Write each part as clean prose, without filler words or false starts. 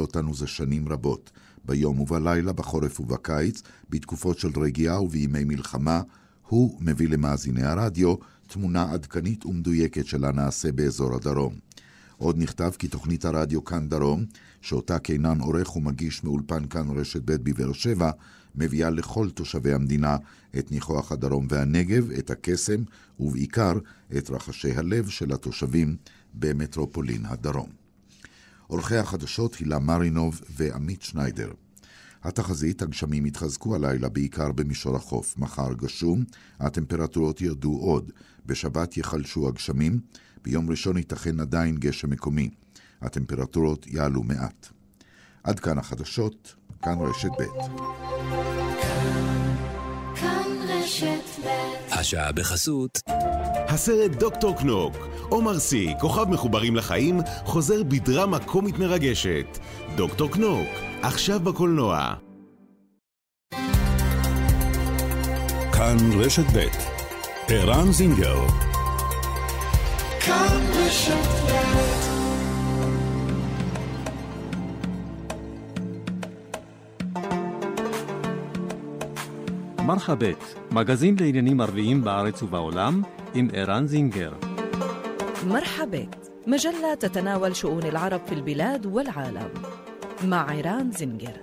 אותנו זה שנים רבות, ביום ובלילה, בחורף ובקיץ, בתקופות של רגיעה ובימי מלחמה, הוא מביא למאזיני הרדיו תמונה עדכנית ומדויקת של הנעשה באזור הדרום. עוד נכתב כי תוכנית הרדיו כאן דרום, שאותה קינן עורך ומגיש מאולפן כאן רשת ב' בבאר שבע, מביאה לכל תושבי המדינה את ניחוח הדרום והנגב, את הקסם ובעיקר את רחשי הלב של התושבים במטרופולין הדרום. עורכי החדשות הילה מרינוב ועמית שניידר. התחזית, הגשמים יתחזקו הלילה בעיקר במישור החוף. מחר גשום, הטמפרטורות ירדו עוד. בשבת יחלשו הגשמים, ביום ראשון ייתכן עדיין גשם מקומי. הטמפרטורות יעלו מעט. עד כאן החדשות, כאן רשת ב'. כאן רשת ב'. השעה בחסות הסרט דוקטור קנוק, עומר סי, כוכב מחוברים לחיים, חוזר בדרמה קומית מרגשת. דוקטור קנוק, עכשיו בקולנוע. כאן רשת ב'. ערן זינגר. כאן רשת ב'. מרחבת, מגזין לעניינים ערביים בארץ ובעולם, עם ערן زينجر. مرحبا، مجلة تتناول شؤون العرب في البلاد والعالم مع عران زينجر.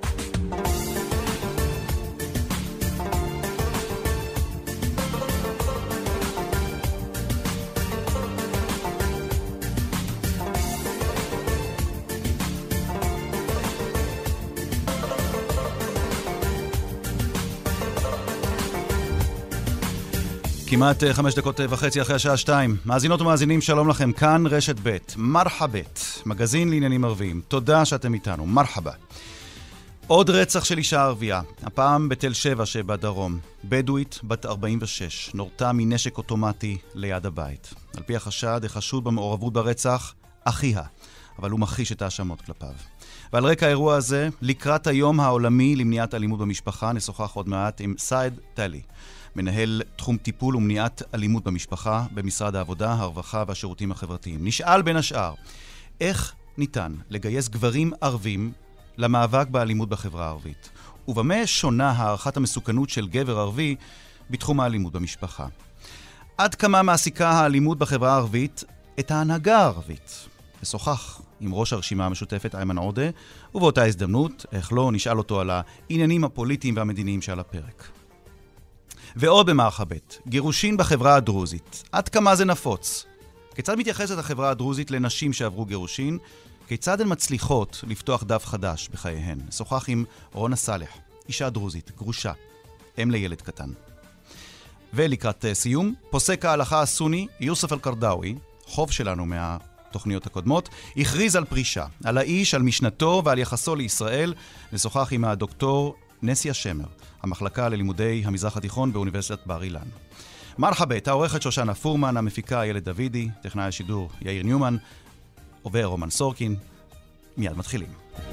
כמעט 5 דקות וחצי אחרי השעה 2. מאזינות ומאזינים, שלום לכם. כאן רשת ב'. מרחבת, מגזין לעניינים ערביים. תודה שאתם איתנו. מרחבה. עוד רצח של אישה ערבייה, הפעם בתל שבע שבדרום. בדואית בת 46, נורתה מנשק אוטומטי ליד הבית. על פי החשד, החשוד במעורבות ברצח, אחיה, אבל הוא מכחיש את האשמות כלפיו. ועל רקע האירוע הזה, לקראת היום העולמי למניעת אלימות במשפחה, נשוחח עוד מעט עם סעד טלי, מנהל תחום טיפול ומניעת אלימות במשפחה במשרד העבודה, הרווחה והשירותים החברתיים. נשאל בין השאר, איך ניתן לגייס גברים ערבים למאבק באלימות בחברה הערבית? ובמה שונה הערכת המסוכנות של גבר ערבי בתחום האלימות במשפחה? עד כמה מעסיקה האלימות בחברה הערבית את ההנהגה הערבית? נשוחח עם ראש הרשימה המשותפת איימן עודה, ובאותה הזדמנות, איך לא, נשאל אותו על העניינים הפוליטיים והמדיניים שעל הפרק. ועוד במרחבת, גירושין בחברה הדרוזית. עד כמה זה נפוץ? כיצד מתייחסת החברה הדרוזית לנשים שעברו גירושין? כיצד הן מצליחות לפתוח דף חדש בחייהן? נשוחח עם רונה סלח, אישה דרוזית, גרושה, אם לילד קטן. ולקראת סיום, פוסק ההלכה הסוני יוסף אל-קרדאווי, חוב שלנו מהתוכניות הקודמות, הכריז על פרישה, על האיש, על משנתו ועל יחסו לישראל. נשוחח עם הדוקטור נסיה שמר, המחלקה ללימודי המזרח התיכון באוניברסיטת בר אילן. מרחבת, העורכת שושנה פורמן, המפיקה ילד דוידי, טכנאי השידור יאיר ניומן, עובר רומן סורקין. מיד מתחילים.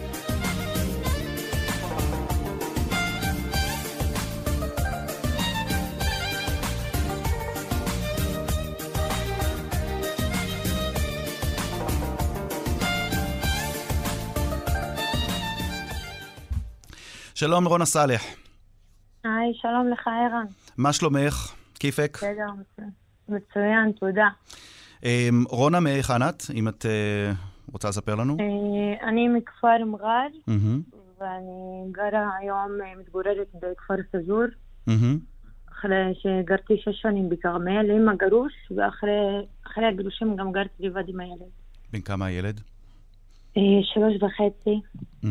שלום רונה סלח. היי, שלום לך ערן. מה שלומך? כיפק? בסדר, מצוין, תודה. רונה, מאיך את? אם את רוצה לספר לנו? אני מכפר מרר, ואני גרה היום, מתגוררת בכפר סזור, אחרי שגרתי 6 שנים בכרמל עם הגרוש, ואחרי הגירושים גם גרתי לבד עם הילד. בן כמה הילד? 3.5.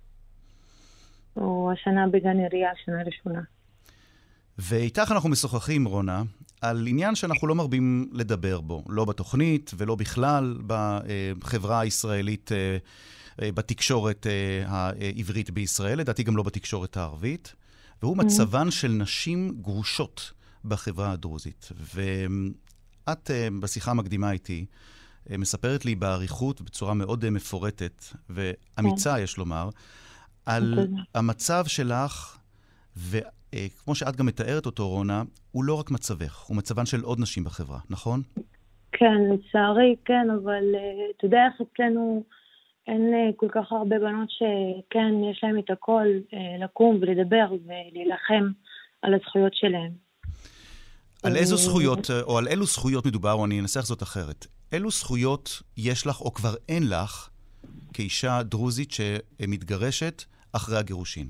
הוא השנה בגן עירייה, השנה הראשונה. ואיתך אנחנו משוחחים, רונה, על עניין שאנחנו לא מרבים לדבר בו, לא בתוכנית ולא בכלל בחברה הישראלית, בתקשורת העברית בישראל, לדעתי גם לא בתקשורת הערבית, והוא מצבן של נשים גרושות בחברה הדרוזית. ואת בשיחה המקדימה איתי, מספרת לי בעריכות בצורה מאוד מפורטת ואמיצה, יש לומר, על המצב שלך, וכמו שאת גם מתארת אותו, רונה, הוא לא רק מצבך, הוא מצבן של עוד נשים בחברה, נכון? כן, לצערי, כן, אבל אתה יודע איך אצלנו אין כל כך הרבה בנות שכן יש להם את הכל לקום ולדבר ולהילחם על הזכויות שלהם. על איזו זכויות, או על אילו זכויות מדובר, או אני אנסח זאת אחרת. אילו זכויות יש לך או כבר אין לך כאישה דרוזית שמתגרשת אחרי הגירושין?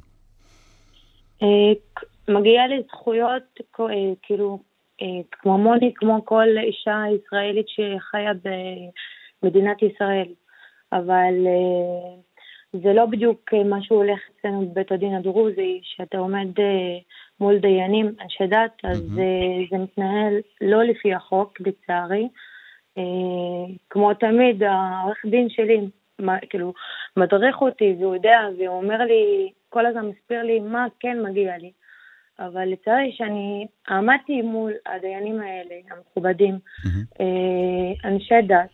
מגיעה לי זכויות כאילו כמוני, כמו כל אישה ישראלית שחיה במדינת ישראל. אבל זה לא בדיוק מה שהוא הולך אצלנו בבית הדין הדרוזי, שאתה עומד מול דיינים, אנשי דת, אז זה מתנהל לא לפי החוק, לצערי. כמו תמיד, העורך דין שלי כאילו מדריך אותי והוא יודע, והוא אומר לי, כל הזמן מסביר לי מה כן מגיע לי. אבל לצערי שאני עמדתי מול הדיינים האלה, המכובדים, אנשי דת,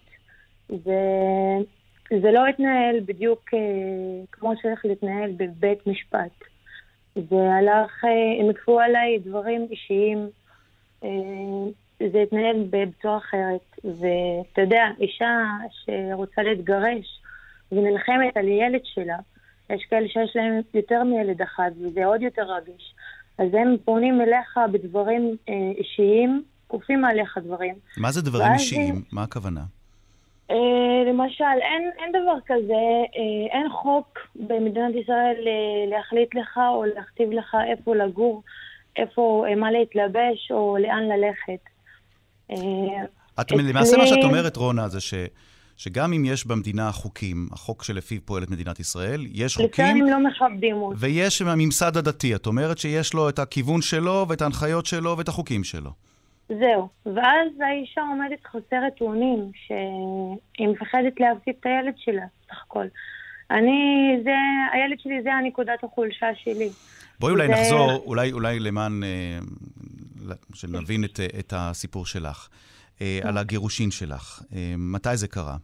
זה לא התנהל בדיוק כמו שצריך להתנהל בבית משפט. זה הלך, הם יקפו עליי דברים אישיים, זה התנהל בצורה אחרת. ואתה יודע, אישה שרוצה להתגרש ונלחמת על ילד שלה, יש כאלה שיש להם יותר מילד אחד, וזה עוד יותר רגיש. אז הם פונים אליך בדברים אישיים, כופים עליך דברים. מה זה דברים אישיים? מה הכוונה? למשל, אין דבר כזה, אין חוק במדינת ישראל להחליט לך או להכתיב לך איפה לגור, איפה, מה להתלבש או לאן ללכת. למעשה מה שאת אומרת, רונה, זה שגם אם יש במדינה חוקים, החוק שלפיו פועלת מדינת ישראל, יש חוקים... לפעמים לא מכבדים אותי. ויש הממסד הדתי, את אומרת שיש לו את הכיוון שלו ואת ההנחיות שלו ואת החוקים שלו. זהו, ואז האישה עומדת חוסרת אונים, שהיא מפחדת להפסיד את הילד שלה, סך הכל. הילד שלי זה הנקודת החולשה שלי. בואי אולי נחזור, אולי למען שנבין את הסיפור שלך, על הגירושין שלך. מתי זה קרה?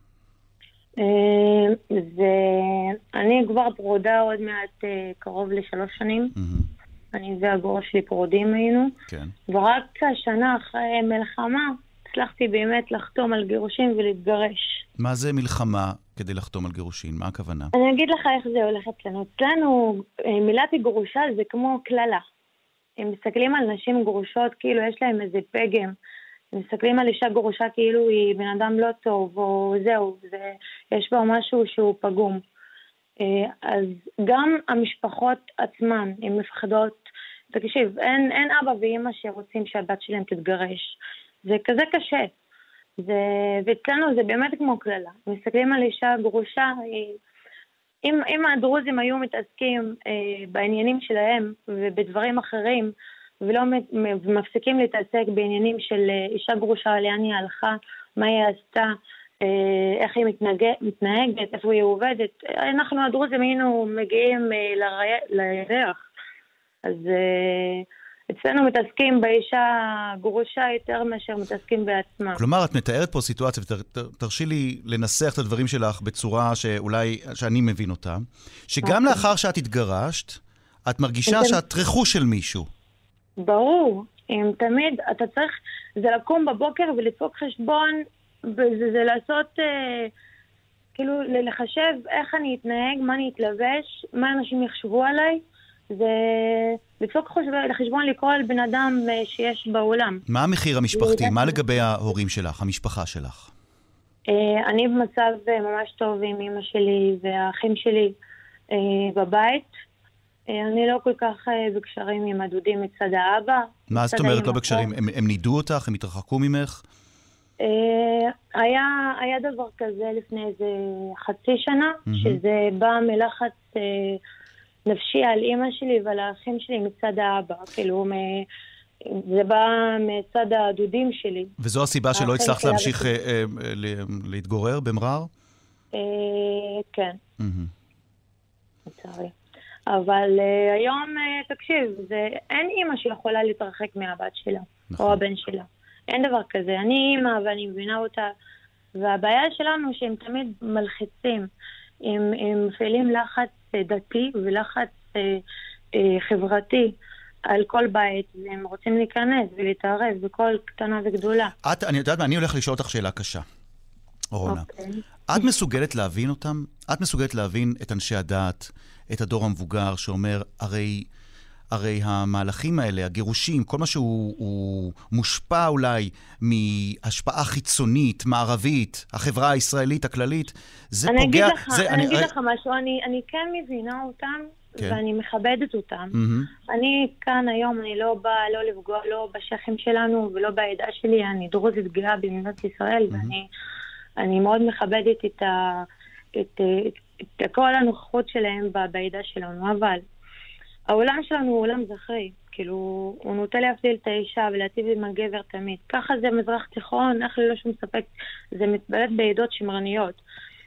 אני כבר פרודה עוד מעט קרוב ל3 שנים. אני והגור שלי פרודים היינו. כן. ורק השנה אחרי מלחמה הצלחתי באמת לחתום על גירושין ולהתגרש. מה זה מלחמה כדי לחתום על גירושין? מה הכוונה? אני אגיד לך איך זה הולך אצלנו. אצלנו מילת גרושה זה כמו כללה. הם מסתכלים על נשים גרושות כאילו יש להם איזה פגם. הם מסתכלים על אישה גרושה כאילו היא בן אדם לא טוב או זהו. יש בה משהו שהוא פגום. אז גם המשפחות עצמן, הן מפחדות, תקשיב, אין אבא ואמא שרוצים שהבת שלהם תתגרש. זה כזה קשה. ואצלנו זה באמת כמו כללה. מסתכלים על אישה גרושה, אם הדרוזים היו מתעסקים בעניינים שלהם ובדברים אחרים, ולא מפסיקים להתעסק בעניינים של אישה גרושה, לאן היא הלכה, מה היא עשתה, איך היא מתנהגת, איפה היא עובדת. אנחנו הדרוזים היינו מגיעים לירח. אז אצלנו מתעסקים באישה גרושה יותר מאשר מתעסקים בעצמם. כלומר, את מתארת פה סיטואציה, ותרשי לי לנסח את הדברים שלך בצורה שאני מבין אותה, שגם לאחר שאת התגרשת, את מרגישה שאת רכוש של מישהו. ברור. אם תמיד אתה צריך, זה לקום בבוקר ולדפוק חשבון, וזה לעשות, כאילו, לחשב איך אני אתנהג, מה אני אתלבש, מה אנשים יחשבו עליי, זה לדפוק לחשבון לכל בן אדם שיש בעולם. מה המחיר המשפחתי? מה לגבי ההורים שלך, המשפחה שלך? אני במצב ממש טוב עם אמא שלי והאחים שלי בבית. אני לא כל כך בקשרים עם הדודים מצד האבא. מה זאת אומרת לא בקשרים? הם נידו אותך? הם התרחקו ממך? היה דבר כזה לפני איזה חצי שנה, שזה בא מלחץ נפשי על אמא שלי ועל האחים שלי מצד האבא. כאילו, זה בא מצד הדודים שלי. וזו הסיבה שלא הצלחת להמשיך להתגורר במרר? כן. לצערי. אבל היום, תקשיב, אין אמא שיכולה להתרחק מהבת שלה, או הבן שלה. אין דבר כזה. אני אמא ואני מבינה אותה, והבעיה שלנו שהם תמיד מלחיצים. הם מפעילים לחץ דתי ולחץ חברתי על כל בית, והם רוצים להיכנס ולהתערב בכל קטנה וגדולה. אני יודעת מה, אני הולך לשאול אותך שאלה קשה, רונה. את מסוגלת להבין אותם? את מסוגלת להבין את אנשי הדת, את הדור המבוגר שאומר, הרי המהלכים האלה, הגירושים, כל מה שהוא מושפע אולי מהשפעה חיצונית, מערבית, החברה הישראלית הכללית, זה פוגע... אני אגיד לך משהו, אני כן מבינה אותם, ואני מכבדת אותם. אני כאן היום, אני לא באה לא לפגוע, לא בשייכים שלנו ולא בעדה שלי, אני דרוזית גאה במדינת ישראל, ואני מאוד מכבדת את כל הנוכחות שלהם בעדה שלנו, אבל העולם שלנו הוא עולם זכרי, כאילו, הוא נוטה להבדיל את האישה ולהטיב עם הגבר תמיד. ככה זה מזרח תיכון, איך ללא שום ספק, זה מתבלט בעדות שמרניות.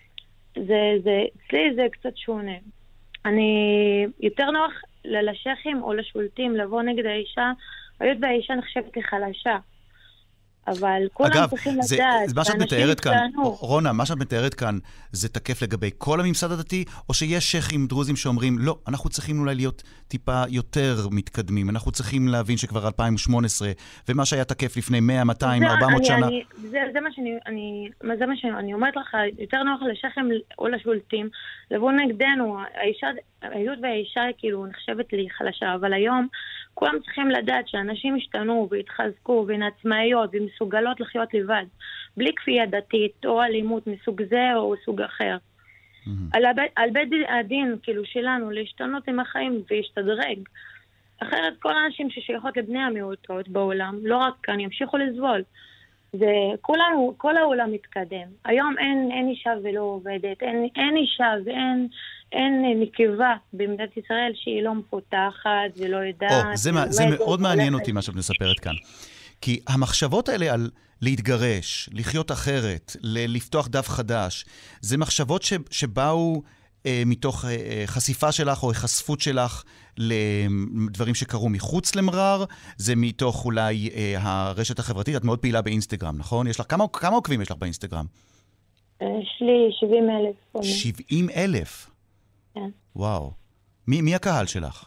אצלי זה קצת שונה. אני יותר נוח לשייכים או לשולטים לבוא נגד האישה, היות והאישה נחשבת לחלשה. אבל כולם צריכים לדעת. אגב, מה שאת מתארת כאן, רונה, מה שאת מתארת כאן, זה תקף לגבי כל הממסד הדתי, או שיש שייכים דרוזים שאומרים, לא, אנחנו צריכים אולי להיות טיפה יותר מתקדמים, אנחנו צריכים להבין שכבר 2018, ומה שהיה תקף לפני 100, 200, 400 שנה. זה מה שאני אומרת לך, יותר נוח לשייכים או לשולטים, לבוא נגדנו, היות והאישה כאילו נחשבת לי חלשה, אבל היום כולם צריכים לדעת שאנשים השתנו והתחזקו והן עצמאיות ומסוגלות לחיות לבד, בלי כפייה דתית או אלימות מסוג זה או סוג אחר. על בית הדין כאילו שלנו להשתנות עם החיים והשתדרג. אחרת כל האנשים ששייכות לבני המיעוטות בעולם, לא רק כאן, ימשיכו לסבול. כל העולם מתקדם. היום אין אישה ולא עובדת, אין אישה ואין נקבה במדינת ישראל שהיא לא מפותחת ולא יודעת. זה מאוד מעניין אותי מה שאת מספרת כאן. כי המחשבות האלה על להתגרש, לחיות אחרת, לפתוח דף חדש, זה מחשבות שבאו מתוך חשיפה שלך או החשפות שלך לדברים שקרו מחוץ למרר, זה מתוך אולי הרשת החברתית, את מאוד פעילה באינסטגרם, נכון? יש לך, כמה עוקבים יש לך באינסטגרם? יש לי 70,000. 70,000? כן. וואו. מי הקהל שלך?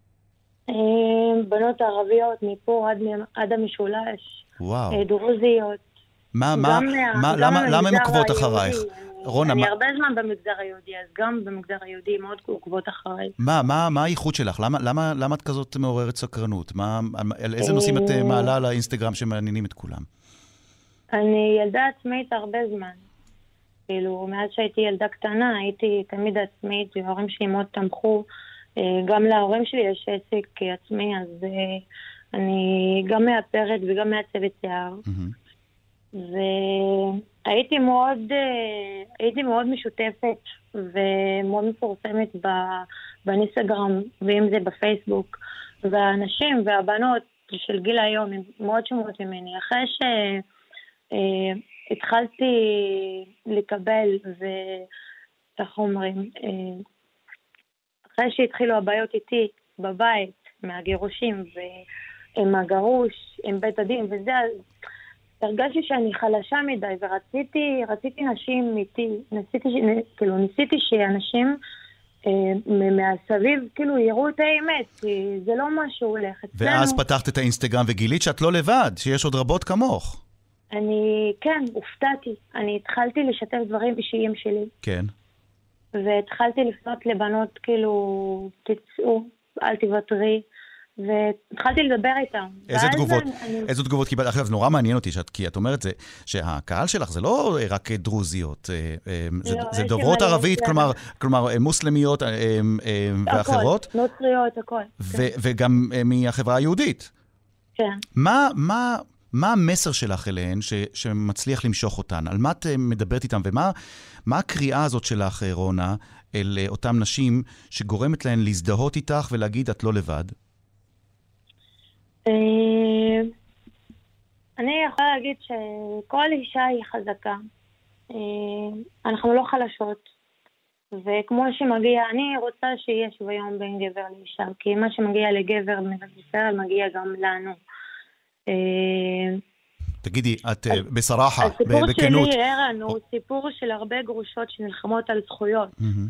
בנות ערביות מפה עד המשולש. וואו. דרוזיות. למה הן עוקבות אחרייך? רונה, אני הרבה זמן במגזר היהודי, אז גם במגזר היהודי מאוד עוקבות אחריי. מה הייחוד שלך? למה את כזאת מעוררת סקרנות? על איזה נושאים את מעלה על האינסטגרם שמעניינים את כולם? אני ילדה עצמאית הרבה זמן. כאילו, מאז שהייתי ילדה קטנה, הייתי תמיד עצמאית, וההורים שלי מאוד תמכו. גם להורים שלי יש עסק עצמי, אז אני גם מאפרת וגם מעצבת שיער. והייתי מאוד משותפת ומאוד מפורסמת באינסטגרם, ואם זה בפייסבוק, והאנשים והבנות של גיל היום הם מאוד שומעות ממני. אחרי שהתחלתי לקבל, ואיך אומרים, אחרי שהתחילו הבעיות איתי בבית מהגירושים ועם הגרוש, עם בית הדין וזה, הרגשתי שאני חלשה מדי, ורציתי נשים איתי, ניסיתי שאנשים מהסביב כאילו יראו את האמת, כי זה לא משהו הולך. ואז פתחת את האינסטגרם וגילית שאת לא לבד, שיש עוד רבות כמוך. כן, הופתעתי. אני התחלתי לשתף דברים אישיים שלי. כן. והתחלתי לפנות לבנות כאילו, תצאו, אל תוותרי. והתחלתי לדבר איתם. איזה תגובות קיבלת? עכשיו, זה נורא מעניין אותי, כי את אומרת שהקהל שלך זה לא רק דרוזיות, זה דוברות ערבית, כלומר מוסלמיות ואחרות. הכל, נוצריות, הכל. וגם מהחברה היהודית. כן. מה המסר שלך אליהן שמצליח למשוך אותן? על מה את מדברת איתן? ומה הקריאה הזאת שלך, רונה, אל אותן נשים שגורמת להן להזדהות איתך ולהגיד, את לא לבד? אני יכולה להגיד שכל אישה היא חזקה. אנחנו לא חלשות. וכמו שמגיע, אני רוצה שיהיה שוויון בין גבר לאישה, כי מה שמגיע לגבר במדינת ישראל מגיע גם לנו. תגידי, את בסרחה, בכנות. הסיפור שלי, ערן, הוא סיפור של הרבה גרושות שנלחמות על זכויות.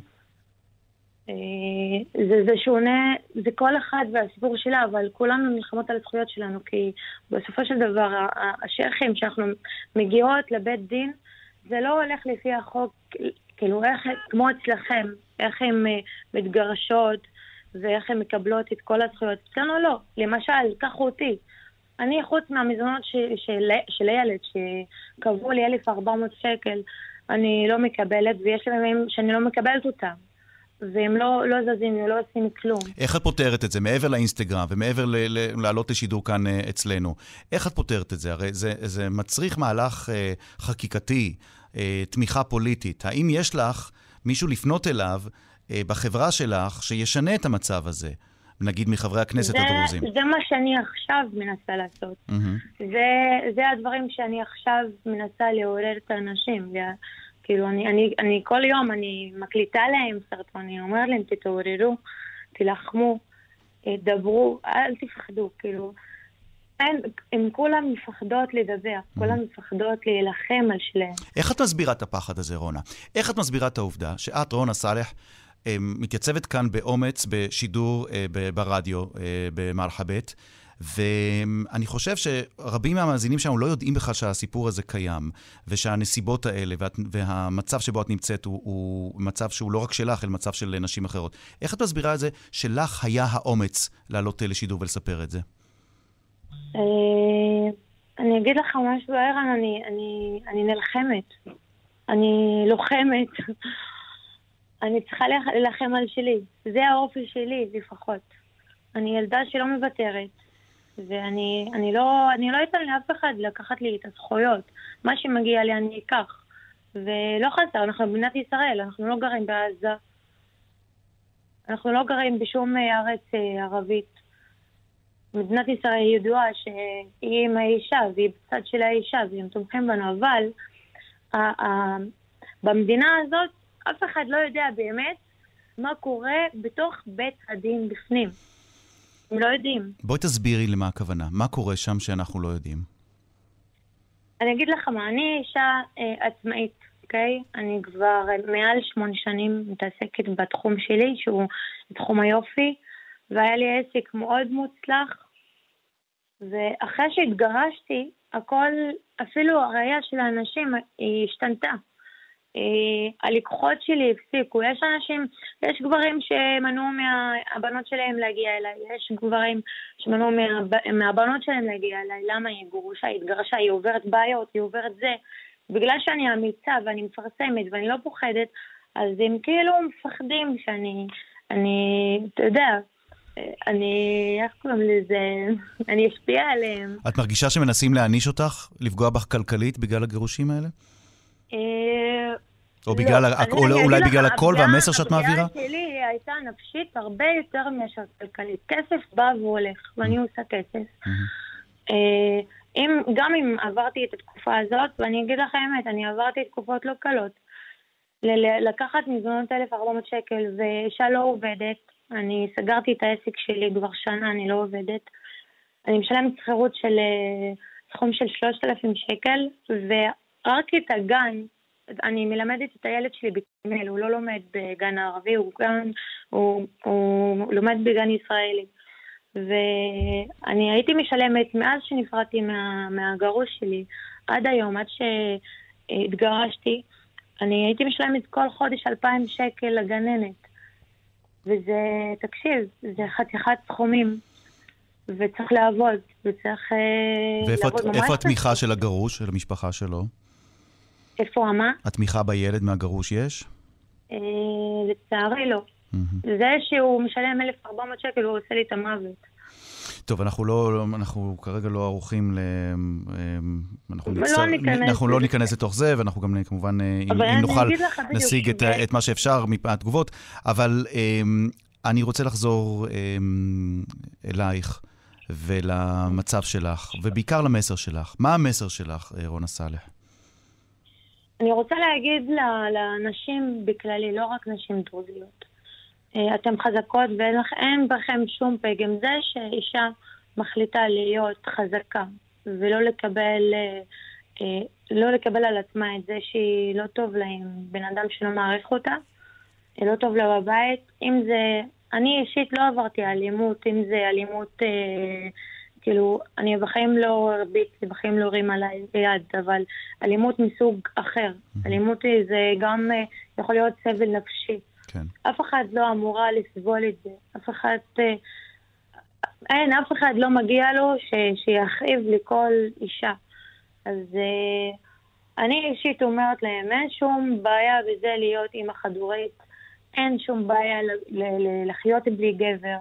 זה שונה, זה כל אחד והסיפור שלה, אבל כולנו נלחמות על הזכויות שלנו, כי בסופו של דבר, השייכים שאנחנו מגיעות לבית דין, זה לא הולך לפי החוק, כאילו איך, כמו אצלכם, איך הן מתגרשות ואיך הן מקבלות את כל הזכויות. אצלנו לא. למשל, קחו אותי. אני חוץ מהמזונות של הילד שקבעו לי 1,400 שקל, אני לא מקבלת, ויש להם שאני לא מקבלת אותם. והם לא זזים, הם לא עושים כלום. איך את פותרת את זה? מעבר לאינסטגרם ומעבר לעלות לשידור כאן אצלנו. איך את פותרת את זה? הרי זה מצריך מהלך חקיקתי, תמיכה פוליטית. האם יש לך מישהו לפנות אליו בחברה שלך שישנה את המצב הזה? נגיד מחברי הכנסת הדרוזים. זה מה שאני עכשיו מנסה לעשות. זה הדברים שאני עכשיו מנסה לעורר את האנשים. כאילו, אני כל יום, אני מקליטה להם סרטונים, אומרת להם, תתעוררו, תלחמו, דברו, אל תפחדו, כאילו. הם כולם מפחדות לדבר, כולם מפחדות להילחם על שלהם. איך את מסבירה את הפחד הזה, רונה? איך את מסבירה את העובדה שאת, רונה סלח, מתייצבת כאן באומץ בשידור ברדיו במרחבת, ואני חושב שרבים מהמאזינים שלנו לא יודעים בכלל שהסיפור הזה קיים, ושהנסיבות האלה והמצב שבו את נמצאת הוא מצב שהוא לא רק שלך, אלא מצב של נשים אחרות. איך את מסבירה את זה שלך היה האומץ לעלות לשידור ולספר את זה? אני אגיד לך משהו, ערן, אני נלחמת. אני לוחמת. אני צריכה ללחם על שלי. זה האופי שלי לפחות. אני ילדה שלא מוותרת. ואני לא אתן לאף אחד לקחת לי את הזכויות. מה שמגיע לי אני אקח. ולא חסר, אנחנו במדינת ישראל, אנחנו לא גרים בעזה. אנחנו לא גרים בשום ארץ ערבית. מדינת ישראל ידועה שהיא עם האישה, והיא בצד של האישה, והם תומכים בנו, אבל במדינה הזאת אף אחד לא יודע באמת מה קורה בתוך בית הדין בפנים. הם לא יודעים. בואי תסבירי למה הכוונה. מה קורה שם שאנחנו לא יודעים? אני אגיד לך מה, אני אישה עצמאית, אוקיי? אני כבר מעל 8 שנים מתעסקת בתחום שלי, שהוא תחום היופי, והיה לי עסק מאוד מוצלח, ואחרי שהתגרשתי, הכל, אפילו הראייה של האנשים היא השתנתה. הלקוחות שלי הפסיקו. יש גברים שמנעו מהבנות שלהם להגיע אליי, יש גברים שמנעו מהבנות שלהם להגיע אליי. למה? היא גרושה, היא התגרשה, היא עוברת בעיות, היא עוברת זה. בגלל שאני אמיצה ואני מפרסמת ואני לא פוחדת, אז הם כאילו מפחדים אתה יודע, איך קוראים לזה? אני אשפיע עליהם. את מרגישה שמנסים להעניש אותך, לפגוע בך כלכלית בגלל הגירושים האלה? או אולי בגלל הכל והמסר שאת מעבירה? הפגיעה שלי הייתה נפשית הרבה יותר מאשר כלכלית. כסף בא והולך, ואני עושה כסף. גם אם עברתי את התקופה הזאת, ואני אגיד לך האמת, אני עברתי תקופות לא קלות. לקחת מזונות 1,400 שקל, ואישה לא עובדת. אני סגרתי את העסק שלי כבר שנה, אני לא עובדת. אני משלמת שכירות של סכום של 3,000 שקל, ורק את הגן, אני מלמדת את הילד שלי בכרמל, הוא לא לומד בגן הערבי, הוא לומד בגן ישראלי. ואני הייתי משלמת מאז שנפרדתי מהגרוש שלי, עד היום, עד שהתגרשתי, אני הייתי משלמת כל חודש 2,000 שקל לגננת. וזה, תקשיב, זה חתיכת סכומים, וצריך לעבוד, וצריך לעבוד ממש. ואיפה התמיכה של הגרוש, של המשפחה שלו? איפה מה? התמיכה בילד מהגרוש יש? לצערי לא. זה שהוא משלם 1,400 שקל, הוא עושה לי את המוות. טוב, אנחנו כרגע לא ערוכים אנחנו לא ניכנס לתוך זה, ואנחנו גם כמובן, אם נוכל, נשיג את מה שאפשר מפני התגובות, אבל אני רוצה לחזור אלייך ולמצב שלך, ובעיקר למסר שלך. מה המסר שלך, רונה סלח? אני רוצה להגיד לאנשים בכללי, לא רק נשים דרוזיות. אתם חזקות ואין בכם שום פגם. זה שאישה מחליטה להיות חזקה ולא לקבל על עצמה את זה שהיא לא טוב לה עם בן אדם שלא מעריך אותה, לא טוב לה בבית. אם זה, אני אישית לא עברתי אלימות, אם זה אלימות כאילו, אני בחיים לא הרביצתי, בחיים לא הרים עליי יד, אבל אלימות מסוג אחר. אלימות זה גם יכול להיות סבל נפשי. כן. אף אחד לא אמורה לסבול את זה. אף אחד לא מגיע לו שיכאיב לכל אישה. אז אני אישית אומרת להם, אין שום בעיה בזה להיות אמא חד-הורית, אין שום בעיה לחיות בלי גבר,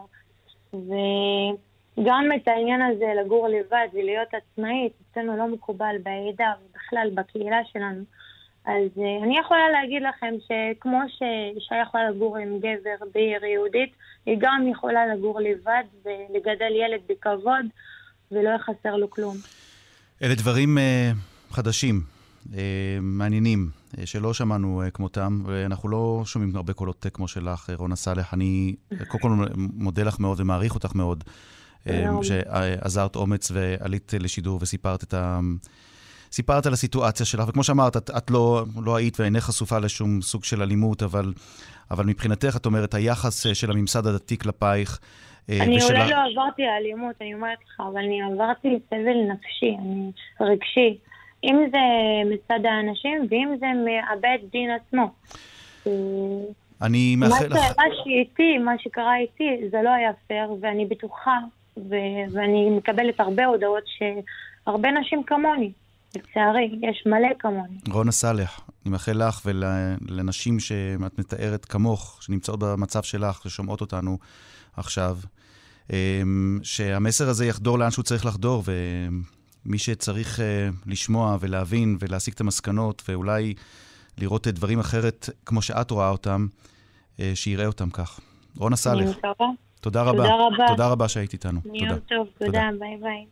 וגם את העניין הזה לגור לבד ולהיות עצמאית, אצלנו לא מקובל בעדה ובכלל בקהילה שלנו. אז אני יכולה להגיד לכם שכמו שאישה יכולה לגור עם גבר בעיר יהודית, היא גם יכולה לגור לבד ולגדל ילד בכבוד ולא יחסר לו כלום. אלה דברים חדשים, מעניינים, שלא שמענו כמותם, ואנחנו לא שומעים הרבה קולות כמו שלך, רונה סלח. אני קודם כל מודה לך מאוד ומעריך אותך מאוד, שעזרת אומץ ועלית לשידור וסיפרת סיפרת על הסיטואציה שלך, וכמו שאמרת, את לא היית ואינך חשופה לשום סוג של אלימות, אבל מבחינתך, את אומרת, היחס של הממסד הדתי כלפייך, אני אולי לא עברתי אלימות, אני אומרת לך, אבל אני עברתי סבל נפשי, רגשי. אם זה מצד האנשים, ואם זה מהבית דין עצמו. אני מאחל לך... מה שקרה איתי, זה לא היה פייר, ואני בטוחה, ואני מקבלת הרבה הודעות שהרבה נשים כמוני. לצערי, יש מלא כמוני. רונה סלח, אני מאחל לך ולנשים שאת מתארת כמוך, שנמצאות במצב שלך, ששומעות אותנו עכשיו, שהמסר הזה יחדור לאן שהוא צריך לחדור, ומי שצריך לשמוע ולהבין ולהסיק את המסקנות, ואולי לראות דברים אחרת כמו שאת רואה אותם, שיראה אותם כך. רונה סלח. תודה רבה. תודה רבה שהיית איתנו. יום טוב, תודה, ביי ביי.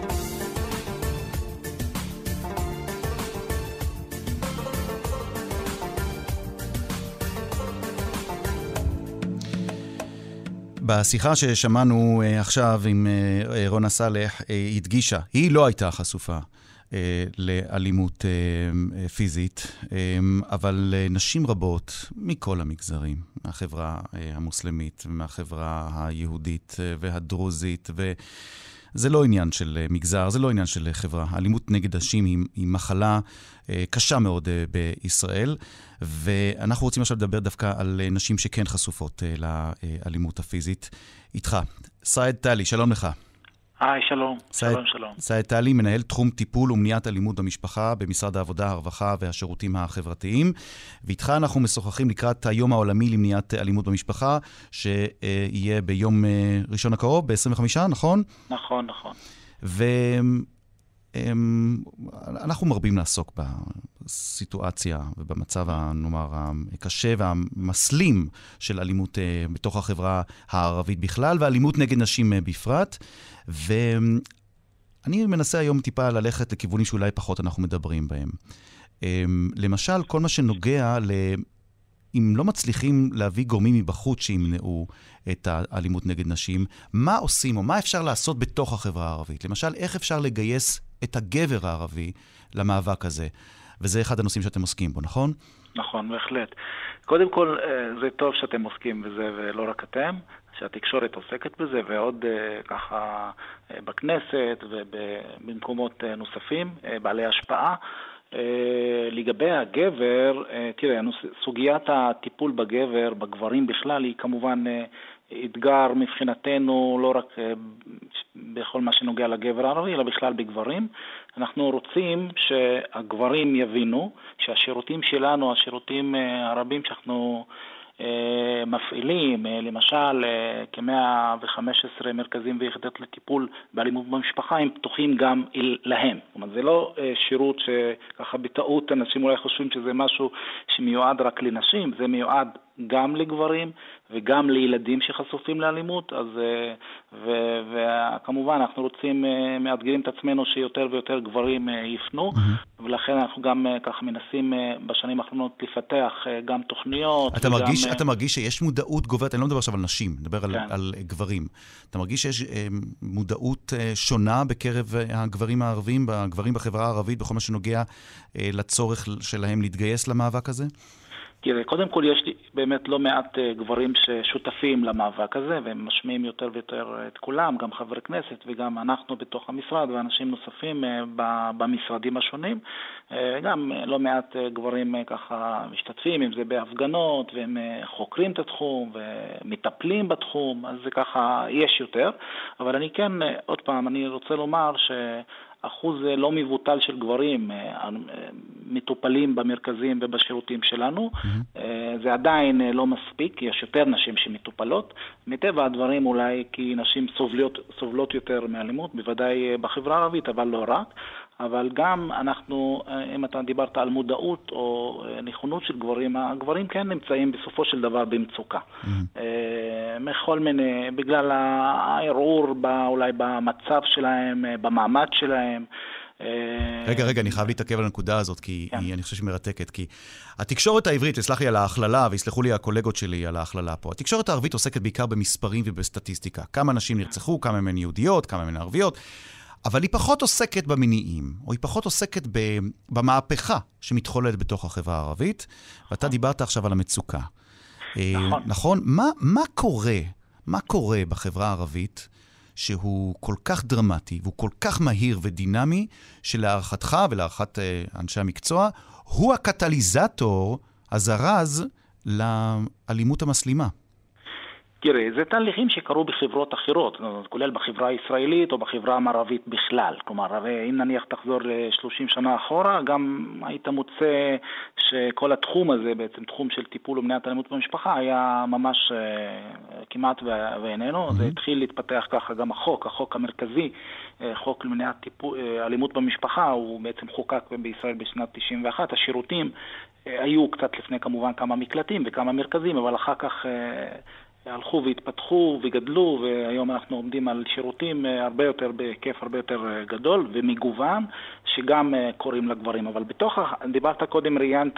בשיחה ששמענו עכשיו עם רונה סלח, היא הדגישה, היא לא הייתה חשופה לאלימות פיזית, אבל נשים רבות מכל המגזרים, מהחברה המוסלמית ומהחברה היהודית והדרוזית, וזה לא עניין של מגזר, זה לא עניין של חברה. האלימות נגד נשים היא מחלה קשה מאוד בישראל, ואנחנו רוצים עכשיו לדבר דווקא על נשים שכן חשופות לאלימות הפיזית. איתך, סעד טלי, שלום לך. היי, שלום. שלום. סעד טלי, מנהל תחום טיפול ומניעת אלימות במשפחה במשרד העבודה, הרווחה והשירותים החברתיים. ואיתך אנחנו משוחחים לקראת היום העולמי למניעת אלימות במשפחה, שיהיה ביום ראשון הקרוב, ב-25, נכון? נכון. אנחנו מרבים לעסוק בסיטואציה ובמצב, נאמר, הקשה והמסלים של אלימות בתוך החברה הערבית בכלל, ואלימות נגד נשים בפרט. ואני מנסה היום טיפה ללכת לכיוונים שאולי פחות אנחנו מדברים בהם. למשל, כל מה שנוגע אם לא מצליחים להביא גורמים מבחוץ שימנעו את האלימות נגד נשים, מה עושים או מה אפשר לעשות בתוך החברה הערבית? למשל, איך אפשר לגייס את הגבר הערבי למאבק הזה? וזה אחד הנושאים שאתם עוסקים בו, נכון? נכון, בהחלט. קודם כל, זה טוב שאתם עוסקים בזה, ולא רק אתם, שהתקשורת עוסקת בזה, ועוד ככה בכנסת ובמקומות נוספים, בעלי השפעה. לגבי הגבר, תראה, סוגיית הטיפול בגבר, בגברים בכלל, היא כמובן אתגר מבחינתנו, לא רק בכל מה שנוגע לגבר הערבי, אלא בכלל בגברים. אנחנו רוצים שהגברים יבינו שהשירותים שלנו, השירותים הרבים שאנחנו מפעילים, למשל כ-115 מרכזים ויחידות לטיפול באלימות במשפחה, הם פתוחים גם להם. זאת אומרת, זה לא שירות שככה בטעות אנשים אולי חושבים שזה משהו שמיועד רק לנשים, זה מיועד גם לגברים וגם לילדים שחשופים לאלימות. אז וכמובן אנחנו רוצים, מאתגרים את עצמנו שיותר ויותר גברים יפנו, ולכן אנחנו גם ככה מנסים בשנים האחרונות לפתח גם תוכניות. אתה מרגיש שיש מודעות גוברת, אני לא מדבר עכשיו על נשים, אני מדבר על גברים. אתה מרגיש שיש מודעות שונה בקרב הגברים הערבים, בגברים בחברה הערבית, בכל מה שנוגע לצורך שלהם להתגייס למאבק הזה? תראה, קודם כל יש לי באמת לא מעט גברים ששותפים למאבק הזה, והם משמיעים יותר ויותר את כולם, גם חברי כנסת וגם אנחנו בתוך המשרד ואנשים נוספים במשרדים השונים. גם לא מעט גברים ככה משתתפים, אם זה בהפגנות, והם חוקרים את התחום ומטפלים בתחום, אז זה ככה יש יותר. אבל אני כן, עוד פעם, אני רוצה לומר אחוז לא מבוטל של גברים מטופלים במרכזים ובשירותים שלנו. זה עדיין לא מספיק, יש יותר נשים שמטופלות. מטבע הדברים אולי כי נשים סובלות יותר מאלימות, בוודאי בחברה הערבית, אבל לא רק. אבל גם אנחנו, אם אתה דיברת על מודעות או נכונות של גברים, הגברים כן נמצאים בסופו של דבר במצוקה. מכל מיני, בגלל הערעור אולי במצב שלהם, במעמד שלהם. רגע, אני חייב להתעכב על הנקודה הזאת, כי אני חושב שהיא מרתקת, כי התקשורת העברית, תסלח לי על ההכללה, ויסלחו לי הקולגות שלי על ההכללה פה, התקשורת הערבית עוסקת בעיקר במספרים ובסטטיסטיקה. כמה נשים נרצחו, כמה מהן יהודיות, כמה מהן ערביות, אבל היא פחות עוסקת במניעים, או היא פחות עוסקת במהפכה שמתחוללת בתוך החברה הערבית, ואתה דיברת עכשיו על המצוקה. נכון? מה קורה בחברה הערבית שהוא כל כך דרמטי, והוא כל כך מהיר ודינמי, שלהערכתך ולהערכת אנשי המקצוע, הוא הקטליזטור הזרז לאלימות המסלימה? תראה, זה תהליכים שקרו בחברות אחרות, כולל בחברה הישראלית או בחברה המערבית בכלל. כלומר, אם נניח תחזור ל-30 שנה אחורה, גם היית מוצא שכל התחום הזה, בעצם תחום של טיפול ומניעת אלימות במשפחה, היה ממש כמעט ואיננו. זה התחיל להתפתח ככה גם החוק המרכזי, חוק למניעת אלימות במשפחה, הוא בעצם חוקק בישראל בשנת 91. השירותים היו קצת לפני כמובן כמה מקלטים וכמה מרכזים, אבל אחר כך הלכו והתפתחו וגדלו, והיום אנחנו עומדים על שירותים הרבה יותר בהיקף הרבה יותר גדול ומגוון, שגם קוראים לגברים. אבל דיברת קודם, ראיינת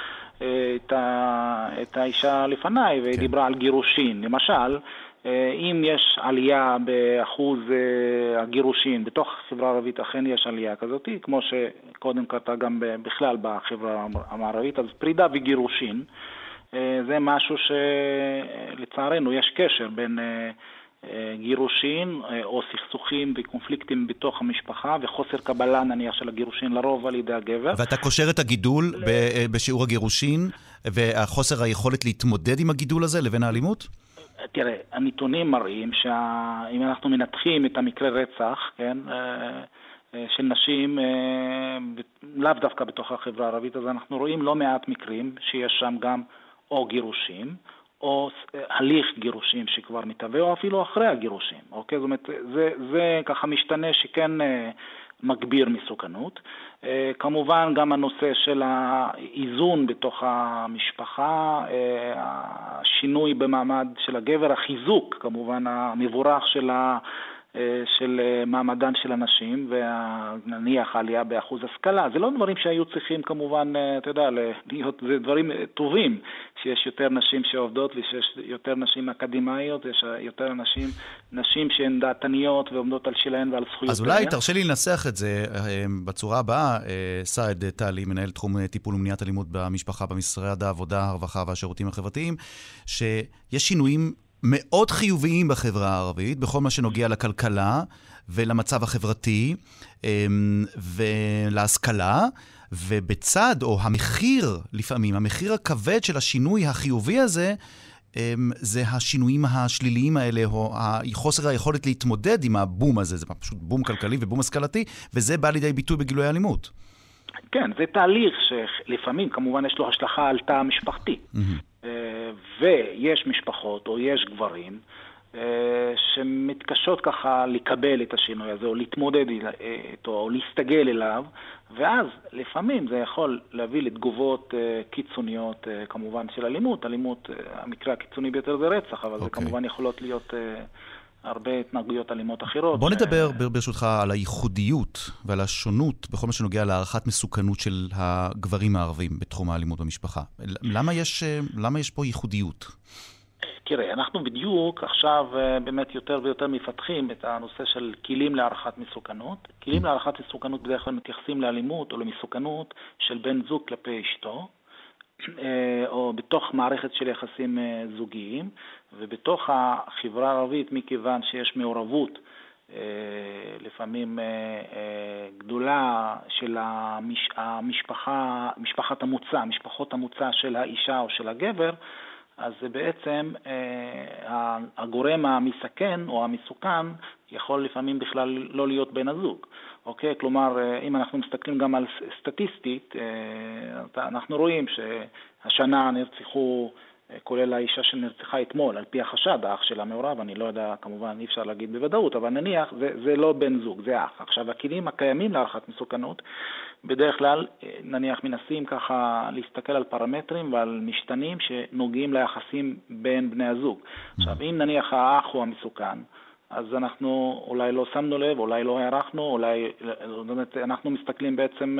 את האישה לפניי, ודיברה על גירושין. למשל, אם יש עלייה באחוז הגירושין בתוך החברה הערבית, אכן יש עלייה כזאת, כמו שקודם קרתה גם בכלל בחברה המערבית, אז פרידה וגירושין, זה משהו שלצערנו יש קשר בין גירושין או סכסוכים וקונפליקטים בתוך המשפחה וחוסר קבלה נניח של הגירושין לרוב על ידי הגבר. ואתה קושר את הגידול בשיעור הגירושין והחוסר היכולת להתמודד עם הגידול הזה לבין האלימות? תראה, הנתונים מראים שאם אנחנו מנתחים את המקרה רצח, כן, של נשים, לאו דווקא בתוך החברה הערבית, אז אנחנו רואים לא מעט מקרים שיש שם גם או גירושים, או הליך גירושים שכבר מתהווה, או אפילו אחרי הגירושים. אוקיי? זאת אומרת, זה ככה משתנה שכן מגביר מסוכנות. כמובן גם הנושא של האיזון בתוך המשפחה, השינוי במעמד של הגבר, החיזוק כמובן המבורך של מעמדן של הנשים, ונניח העלייה באחוז השכלה. זה לא דברים שהיו צריכים כמובן, אתה יודע, להיות, זה דברים טובים, שיש יותר נשים שעובדות ושיש יותר נשים אקדמאיות, יש יותר נשים שהן דעתניות ועומדות על שלהן ועל זכויות. אז אולי תרשה לי לנסח את זה בצורה הבאה, סעד טלי, מנהל תחום טיפול ומניעת אלימות במשפחה במשרד העבודה, הרווחה והשירותים החברתיים, שיש שינויים מאוד חיוביים בחברה הערבית, בכל מה שנוגע לכלכלה ולמצב החברתי ולהשכלה, ובצד, או המחיר, לפעמים, המחיר הכבד של השינוי החיובי הזה, זה השינויים השליליים האלה, או חוסר היכולת להתמודד עם הבום הזה, זה פשוט בום כלכלי ובום השכלתי, וזה בא לידי ביטוי בגילוי האלימות. כן, זה תהליך שלפעמים כמובן יש לו השלכה על תא המשפחתי. ויש משפחות או יש גברים שמתקשות ככה לקבל את השינוי הזה או להתמודד איתו או להסתגל אליו, ואז לפעמים זה יכול להביא לתגובות קיצוניות כמובן של אלימות. המקרה הקיצוני ביותר זה רצח, אבל זה כמובן יכולות להיות הרבה התנהגויות אלימות אחרות. בוא נדבר ברשותך על הייחודיות ועל השונות בכל מה שנוגע להערכת מסוכנות של הגברים הערבים בתחום האלימות במשפחה. למה יש פה ייחודיות? תראה, אנחנו בדיוק עכשיו באמת יותר ויותר מפתחים את הנושא של כלים להערכת מסוכנות. כלים להערכת מסוכנות בדרך כלל מתייחסים לאלימות או למסוכנות של בן זוג כלפי אשתו, או בתוך מערכת של יחסים זוגיים, ובתוך החברה הערבית, מכיוון שיש מעורבות לפעמים גדולה של משפחת המוצא, משפחות המוצא של האישה או של הגבר, אז זה בעצם הגורם המסכן או המסוכן יכול לפעמים בכלל לא להיות בן הזוג. אוקיי? כלומר, אם אנחנו מסתכלים גם על סטטיסטית, אנחנו רואים שהשנה נרצחו, כולל האישה שנרצחה אתמול, על פי החשד, האח של המעורב, אני לא יודע, כמובן אי אפשר להגיד בוודאות, אבל נניח, זה לא בן זוג, זה אח. עכשיו, הכלים הקיימים להערכת מסוכנות, בדרך כלל, נניח, מנסים ככה להסתכל על פרמטרים ועל משתנים שנוגעים ליחסים בין בני הזוג. עכשיו, אם נניח האח הוא המסוכן, אז אנחנו אולי לא שמנו לב, אולי לא הערכנו, אולי אנחנו מסתכלים בעצם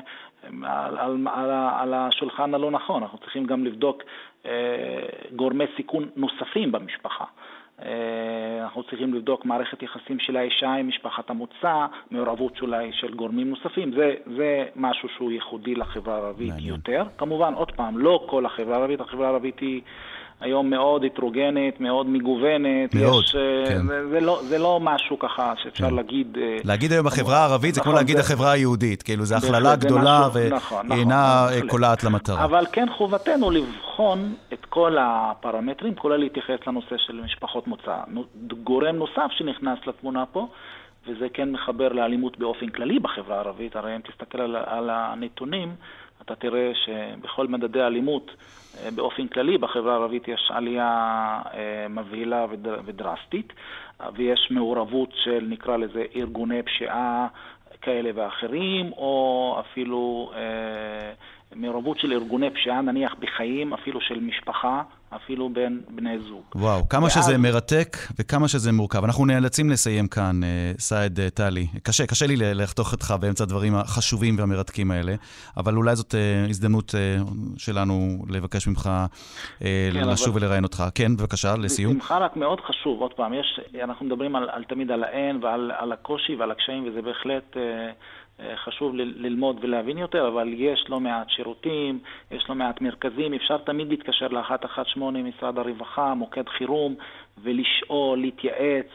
על השולחן הלא נכון. אנחנו צריכים גם לבדוק גורמי סיכון נוספים במשפחה. אנחנו צריכים לבדוק מערכת יחסים של האישה עם משפחת המוצא, מעורבות אולי של גורמים נוספים. זה משהו שהוא ייחודי לחברה הערבית יותר. כמובן, עוד פעם, לא כל החברה הערבית, החברה הערבית היא היום מאוד הטרוגנית, מאוד מגוונת. מאוד, כן. זה לא משהו ככה שאפשר להגיד... להגיד היום החברה הערבית זה כמו להגיד החברה היהודית, כאילו זה הכללה גדולה ואינה קולעת למטרה. אבל כן חובתנו לבחון את כל הפרמטרים, כולל להתייחס לנושא של משפחות מוצא. גורם נוסף שנכנס לתמונה פה, וזה כן מחבר לאלימות באופן כללי בחברה הערבית. הרי אם תסתכל על הנתונים, אתה תראה שבכל מדדי האלימות באופן כללי בחברה הערבית יש עלייה מבהילה ודרסטית, ויש מעורבות של, נקרא לזה, ארגוני פשיעה כאלה ואחרים, או אפילו מעורבות של ארגוני פשיעה, נניח בחיים, אפילו של משפחה, אפילו בין בני זוג. וואו, כמה שזה מרתק וכמה שזה מורכב. אנחנו נאלצים לסיים כאן, סעד טלי. קשה לי לחתוך אותך באמצע הדברים החשובים והמרתקים האלה, אבל אולי זאת הזדמנות שלנו לבקש ממך לשוב ולראיין אותך. כן, בבקשה, לסיום. בשמחה רק מאוד חשוב, עוד פעם, אנחנו מדברים תמיד על האין ועל הקושי ועל הקשיים, וזה בהחלט... חשוב ללמוד ולהבין יותר, אבל יש לא מעט שירותים, יש לא מעט מרכזים, אפשר תמיד להתקשר ל-118 משרד הרווחה, מוקד חירום, ולשאול, להתייעץ,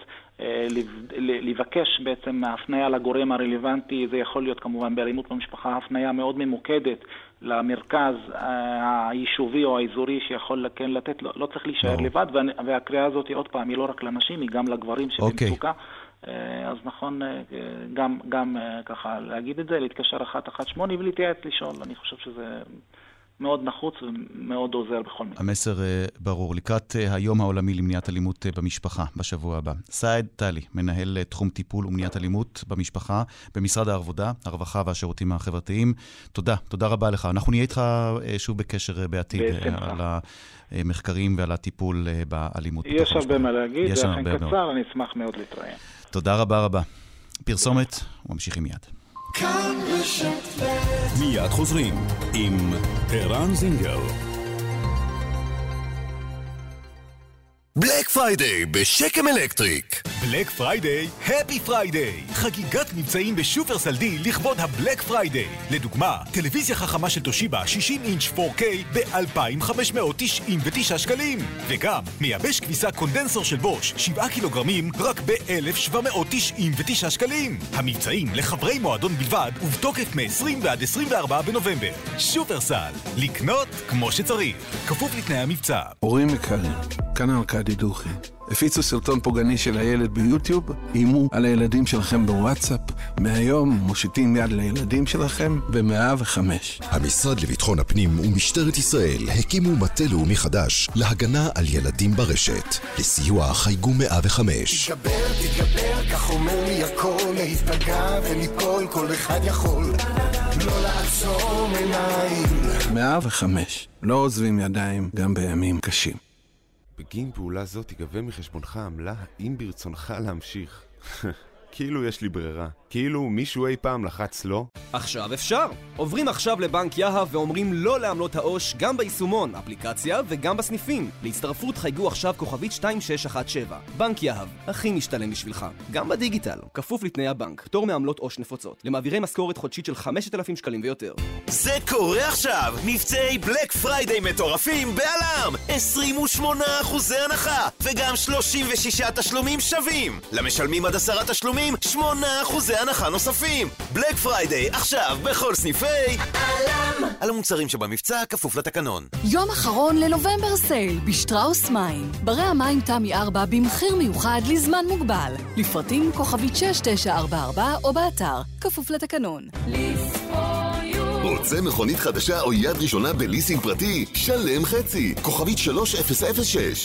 לבקש בעצם ההפניה לגורם הרלוונטי. זה יכול להיות כמובן באלימות במשפחה, הפניה מאוד ממוקדת למרכז היישובי או האזורי שיכול כן לתת, לא צריך להישאר לבד, והקריאה הזאת עוד פעם היא לא רק לנשים, היא גם לגברים שבמצוקה. אז נכון גם ככה להגיד את זה, להתקשר 118 ולהתייעץ לשאול. אני חושב שזה מאוד נחוץ ומאוד עוזר בכל מקרה. המסר ברור. לקראת היום העולמי למניעת אלימות במשפחה בשבוע הבא. סעד טלי, מנהל תחום טיפול ומניעת אלימות במשפחה במשרד העבודה, הרווחה והשירותים החברתיים. תודה רבה לך. אנחנו נהיה איתך שוב בקשר בעתיד על המחקרים ועל הטיפול באלימות. יש הרבה מה להגיד, זה לכן קצר, אני אשמח מאוד להתראיין. תודה רבה. פרסומת, וממשיכים מיד. מיד חוזרים עם ערן זינגר. בלק פריידיי בשקם אלקטריק. בלק פריידיי, הפי פריידיי. חגיגת מבצעים בשופרסל די לכבוד הבלק פריידיי. לדוגמה, טלוויזיה חכמה של טושיבה 60 אינץ' 4K ב-2,599 שקלים. וגם מייבש כביסה קונדנסור של בוש 7 קילוגרמים רק ב-1,799 שקלים. המבצעים לחברי מועדון בלבד ובתוקף מ-20 ועד 24 בנובמבר. שופרסל, לקנות כמו שצריך. כפוף לתנאי המבצע. הורים יקרים, כאן ארכדי דוכי. הפיצו סרטון פוגעני של הילד ביוטיוב, אימו על הילדים שלכם בוואטסאפ. מהיום מושיטים יד לילדים שלכם ב-105. המשרד לביטחון הפנים ומשטרת ישראל הקימו מטה לאומי חדש להגנה על ילדים ברשת. לסיוע חייגו 105. תתגבר, כך אומר לי הכל, להתפגע וליפול, כל אחד יכול. לא לעצום עיניים. 105. לא עוזבים ידיים גם בימים קשים. בגין פעולה זאת תיגבה מחשבונך עמלה, האם ברצונך להמשיך. כאילו יש לי ברירה. כאילו מישהו אי פעם לחץ לא. עכשיו אפשר. עוברים עכשיו לבנק יהב ואומרים לא לעמלות העו"ש גם ביישומון, אפליקציה וגם בסניפים. להצטרפות חייגו עכשיו כוכבית 2617. בנק יהב, הכי משתלם בשבילך. גם בדיגיטל, כפוף לתנאי הבנק. פטור מעמלות עו"ש נפוצות. למעבירי משכורת חודשית של 5,000 שקלים ויותר. זה קורה עכשיו! מבצעי בלק פריידיי מטורפים בעלם! 28% הנחה! וגם 36 תשלומים שווים! למשלמים עד 10 תשלומים, 8% הנחה נוספים! בלק פריידיי עכשיו בכל סניפי עלם! על המוצרים שבמבצע כפוף לתקנון. יום אחרון לנובמבר סייל בשטראוס מים. ברי המים תמי 4 במחיר מיוחד לזמן מוגבל. לפרטים כוכבית 6944 או באתר כפוף לתקנון. רוצה מכונית חדשה או יד ראשונה בליסינג פרטי? שלם חצי. כוכבית 3006.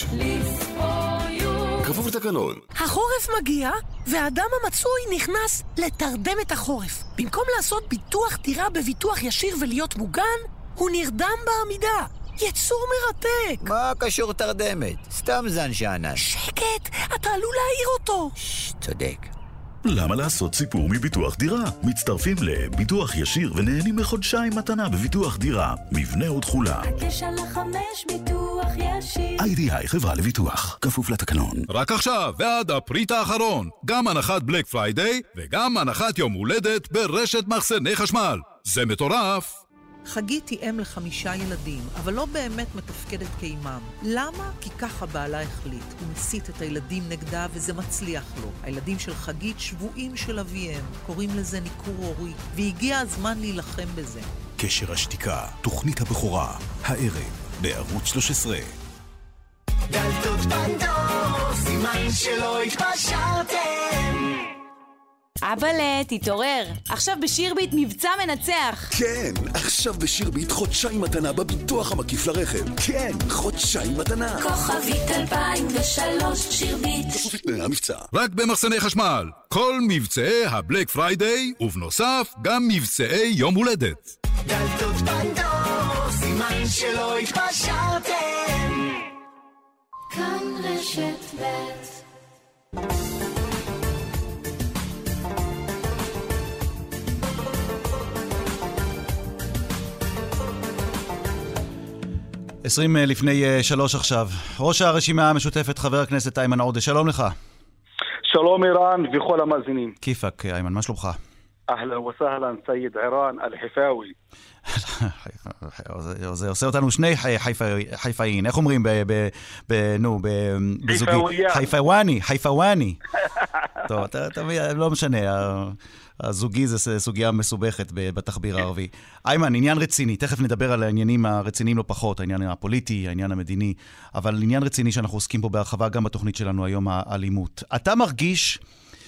כפוף לתקנון. החורף מגיע, והאדם המצוי נכנס לתרדם את החורף. במקום לעשות ביטוח דירה בביטוח ישיר ולהיות מוגן, הוא נרדם בעמידה. יצור מרתק. מה קשור תרדמת? סתם זן שענן. שקט, אתה עלול להעיר אותו. צודק. למה לעשות סיפור מביטוח דירה? מצטרפים לביטוח ישיר ונהנים מחודשיים מתנה בביטוח דירה. מבנה ותחולה. הקשר ל5 ביטוח ישיר. IDI חברה לביטוח. כפוף לתקנון. רק עכשיו ועד הפריט האחרון. גם הנחת בלק פריידיי וגם הנחת יום הולדת ברשת מחסני חשמל. זה מטורף. חגית היא אם ל5 ילדים, אבל לא באמת מתפקדת כאימם. למה? כי ככה בעלה החליט. הוא מסית את הילדים נגדה וזה מצליח לו. הילדים של חגית שבועים של אביהם. קוראים לזה ניכור הורי, והגיע הזמן להילחם בזה. קשר השתיקה, תוכנית הבכורה, הערב, בערוץ 13. דלתות פנדור, סימן שלא התפשרתם. אבאלה, תתעורר. עכשיו בשירביט מבצע מנצח. כן, עכשיו בשירביט חודשיים מתנה בביטוח המקיף לרכב. כן, חודשיים מתנה. כוכבית 2003 שירביט. כפוף לתנאי המבצע. רק במחסני חשמל. כל מבצעי הבלק פריידיי, ובנוסף גם מבצעי יום הולדת. דלתות פנדור, סימן שלא התפשרתם. כאן רשת ב' 20 לפני 3 עכשיו. ראש הרשימה המשותפת, חבר הכנסת איימן עודה, שלום לך. שלום איראן וכל המאזינים. כיפק איימן, מה שלומך? אהלן וסהלן סייד עירן אל-חיפאווי. זה עושה אותנו שני חיפאיים, איך אומרים בזוגי? חיפאוואני. טוב, לא משנה, הזוגי זה סוגיה מסובכת בתחביר הערבי. איימן, עניין רציני, תכף נדבר על העניינים הרציניים לא פחות, העניין הפוליטי, העניין המדיני, אבל עניין רציני שאנחנו עוסקים פה בהרחבה גם בתוכנית שלנו היום, האלימות. אתה מרגיש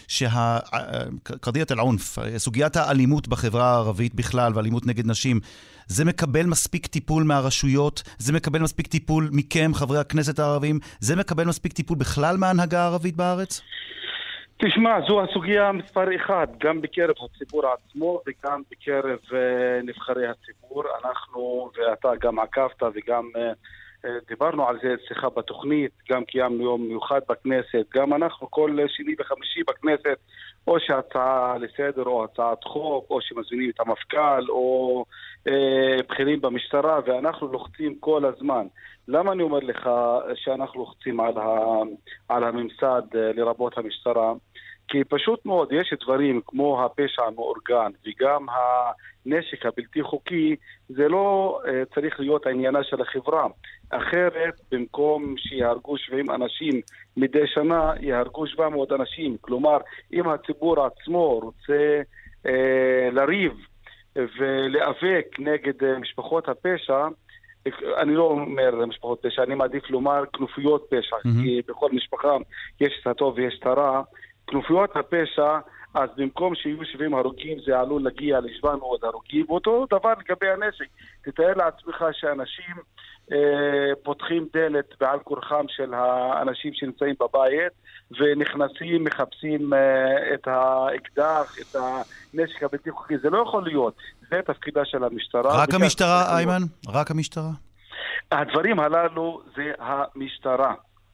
קרדיית אל-עונף, סוגיית האלימות בחברה הערבית בכלל ואלימות נגד נשים, זה מקבל מספיק טיפול מהרשויות, זה מקבל מספיק טיפול מכם, חברי הכנסת הערבים, זה מקבל מספיק טיפול בכלל מההנהגה הערבית בארץ? תשמע, זו הסוגיה מספר 1, גם בקרב הציבור עצמו וגם בקרב נבחרי הציבור. אנחנו, ואתה גם עקבת וגם דיברנו על זה אצלך בתוכנית, גם קיימנו יום מיוחד בכנסת, גם אנחנו כל שני וחמישי בכנסת, או שהצעה לסדר או הצעת חוק, או שמזמינים את המפכ"ל, או בכירים במשטרה, ואנחנו לוחצים כל הזמן. למה אני אומר לך שאנחנו לוחצים על הממסד לרבות המשטרה? כי פשוט מאוד יש דברים כמו הפשע המאורגן וגם הנשק הבלתי חוקי, זה לא צריך להיות העניינה של החברה. אחרת, במקום שיהרגו 70 אנשים מדי שנה, יהרגו 700 אנשים. כלומר, אם הציבור עצמו רוצה לריב ולהיאבק נגד משפחות הפשע, אני לא אומר משפחות פשע, אני מעדיף לומר כנופיות פשע, כי בכל משפחה יש את הטוב ויש את הרע. כנופיות הפשע, אז במקום שיהיו 70 הרוגים, זה עלול להגיע ל700 הרוגים. אותו דבר לגבי הנשק. תתאר לעצמך שאנשים פותחים דלת בעל כורחם של האנשים שנמצאים בבית, ונכנסים, מחפשים את האקדח, את הנשק הבלתי חוקי. זה לא יכול להיות. זה תפקידה של המשטרה. רק המשטרה, איימן? רק המשטרה? הדברים הללו זה המשטרה.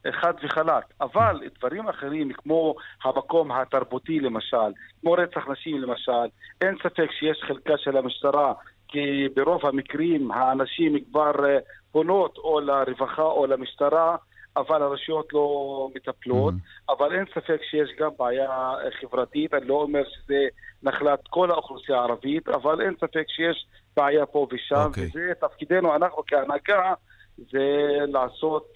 חד וחלק. אבל דברים אחרים, כמו המקום התרבותי למשל, כמו רצח נשים למשל, אין ספק שיש חלקה של המשטרה, כי ברוב המקרים האנשים כבר פונות או לרווחה או למשטרה, אבל הרשויות לא מטפלות, אבל אין ספק שיש גם בעיה חברתית, אני לא אומר שזה נחלת כל האוכלוסייה הערבית, אבל אין ספק שיש בעיה פה ושם, וזה תפקידנו, אנחנו כהנהגה, זה לעשות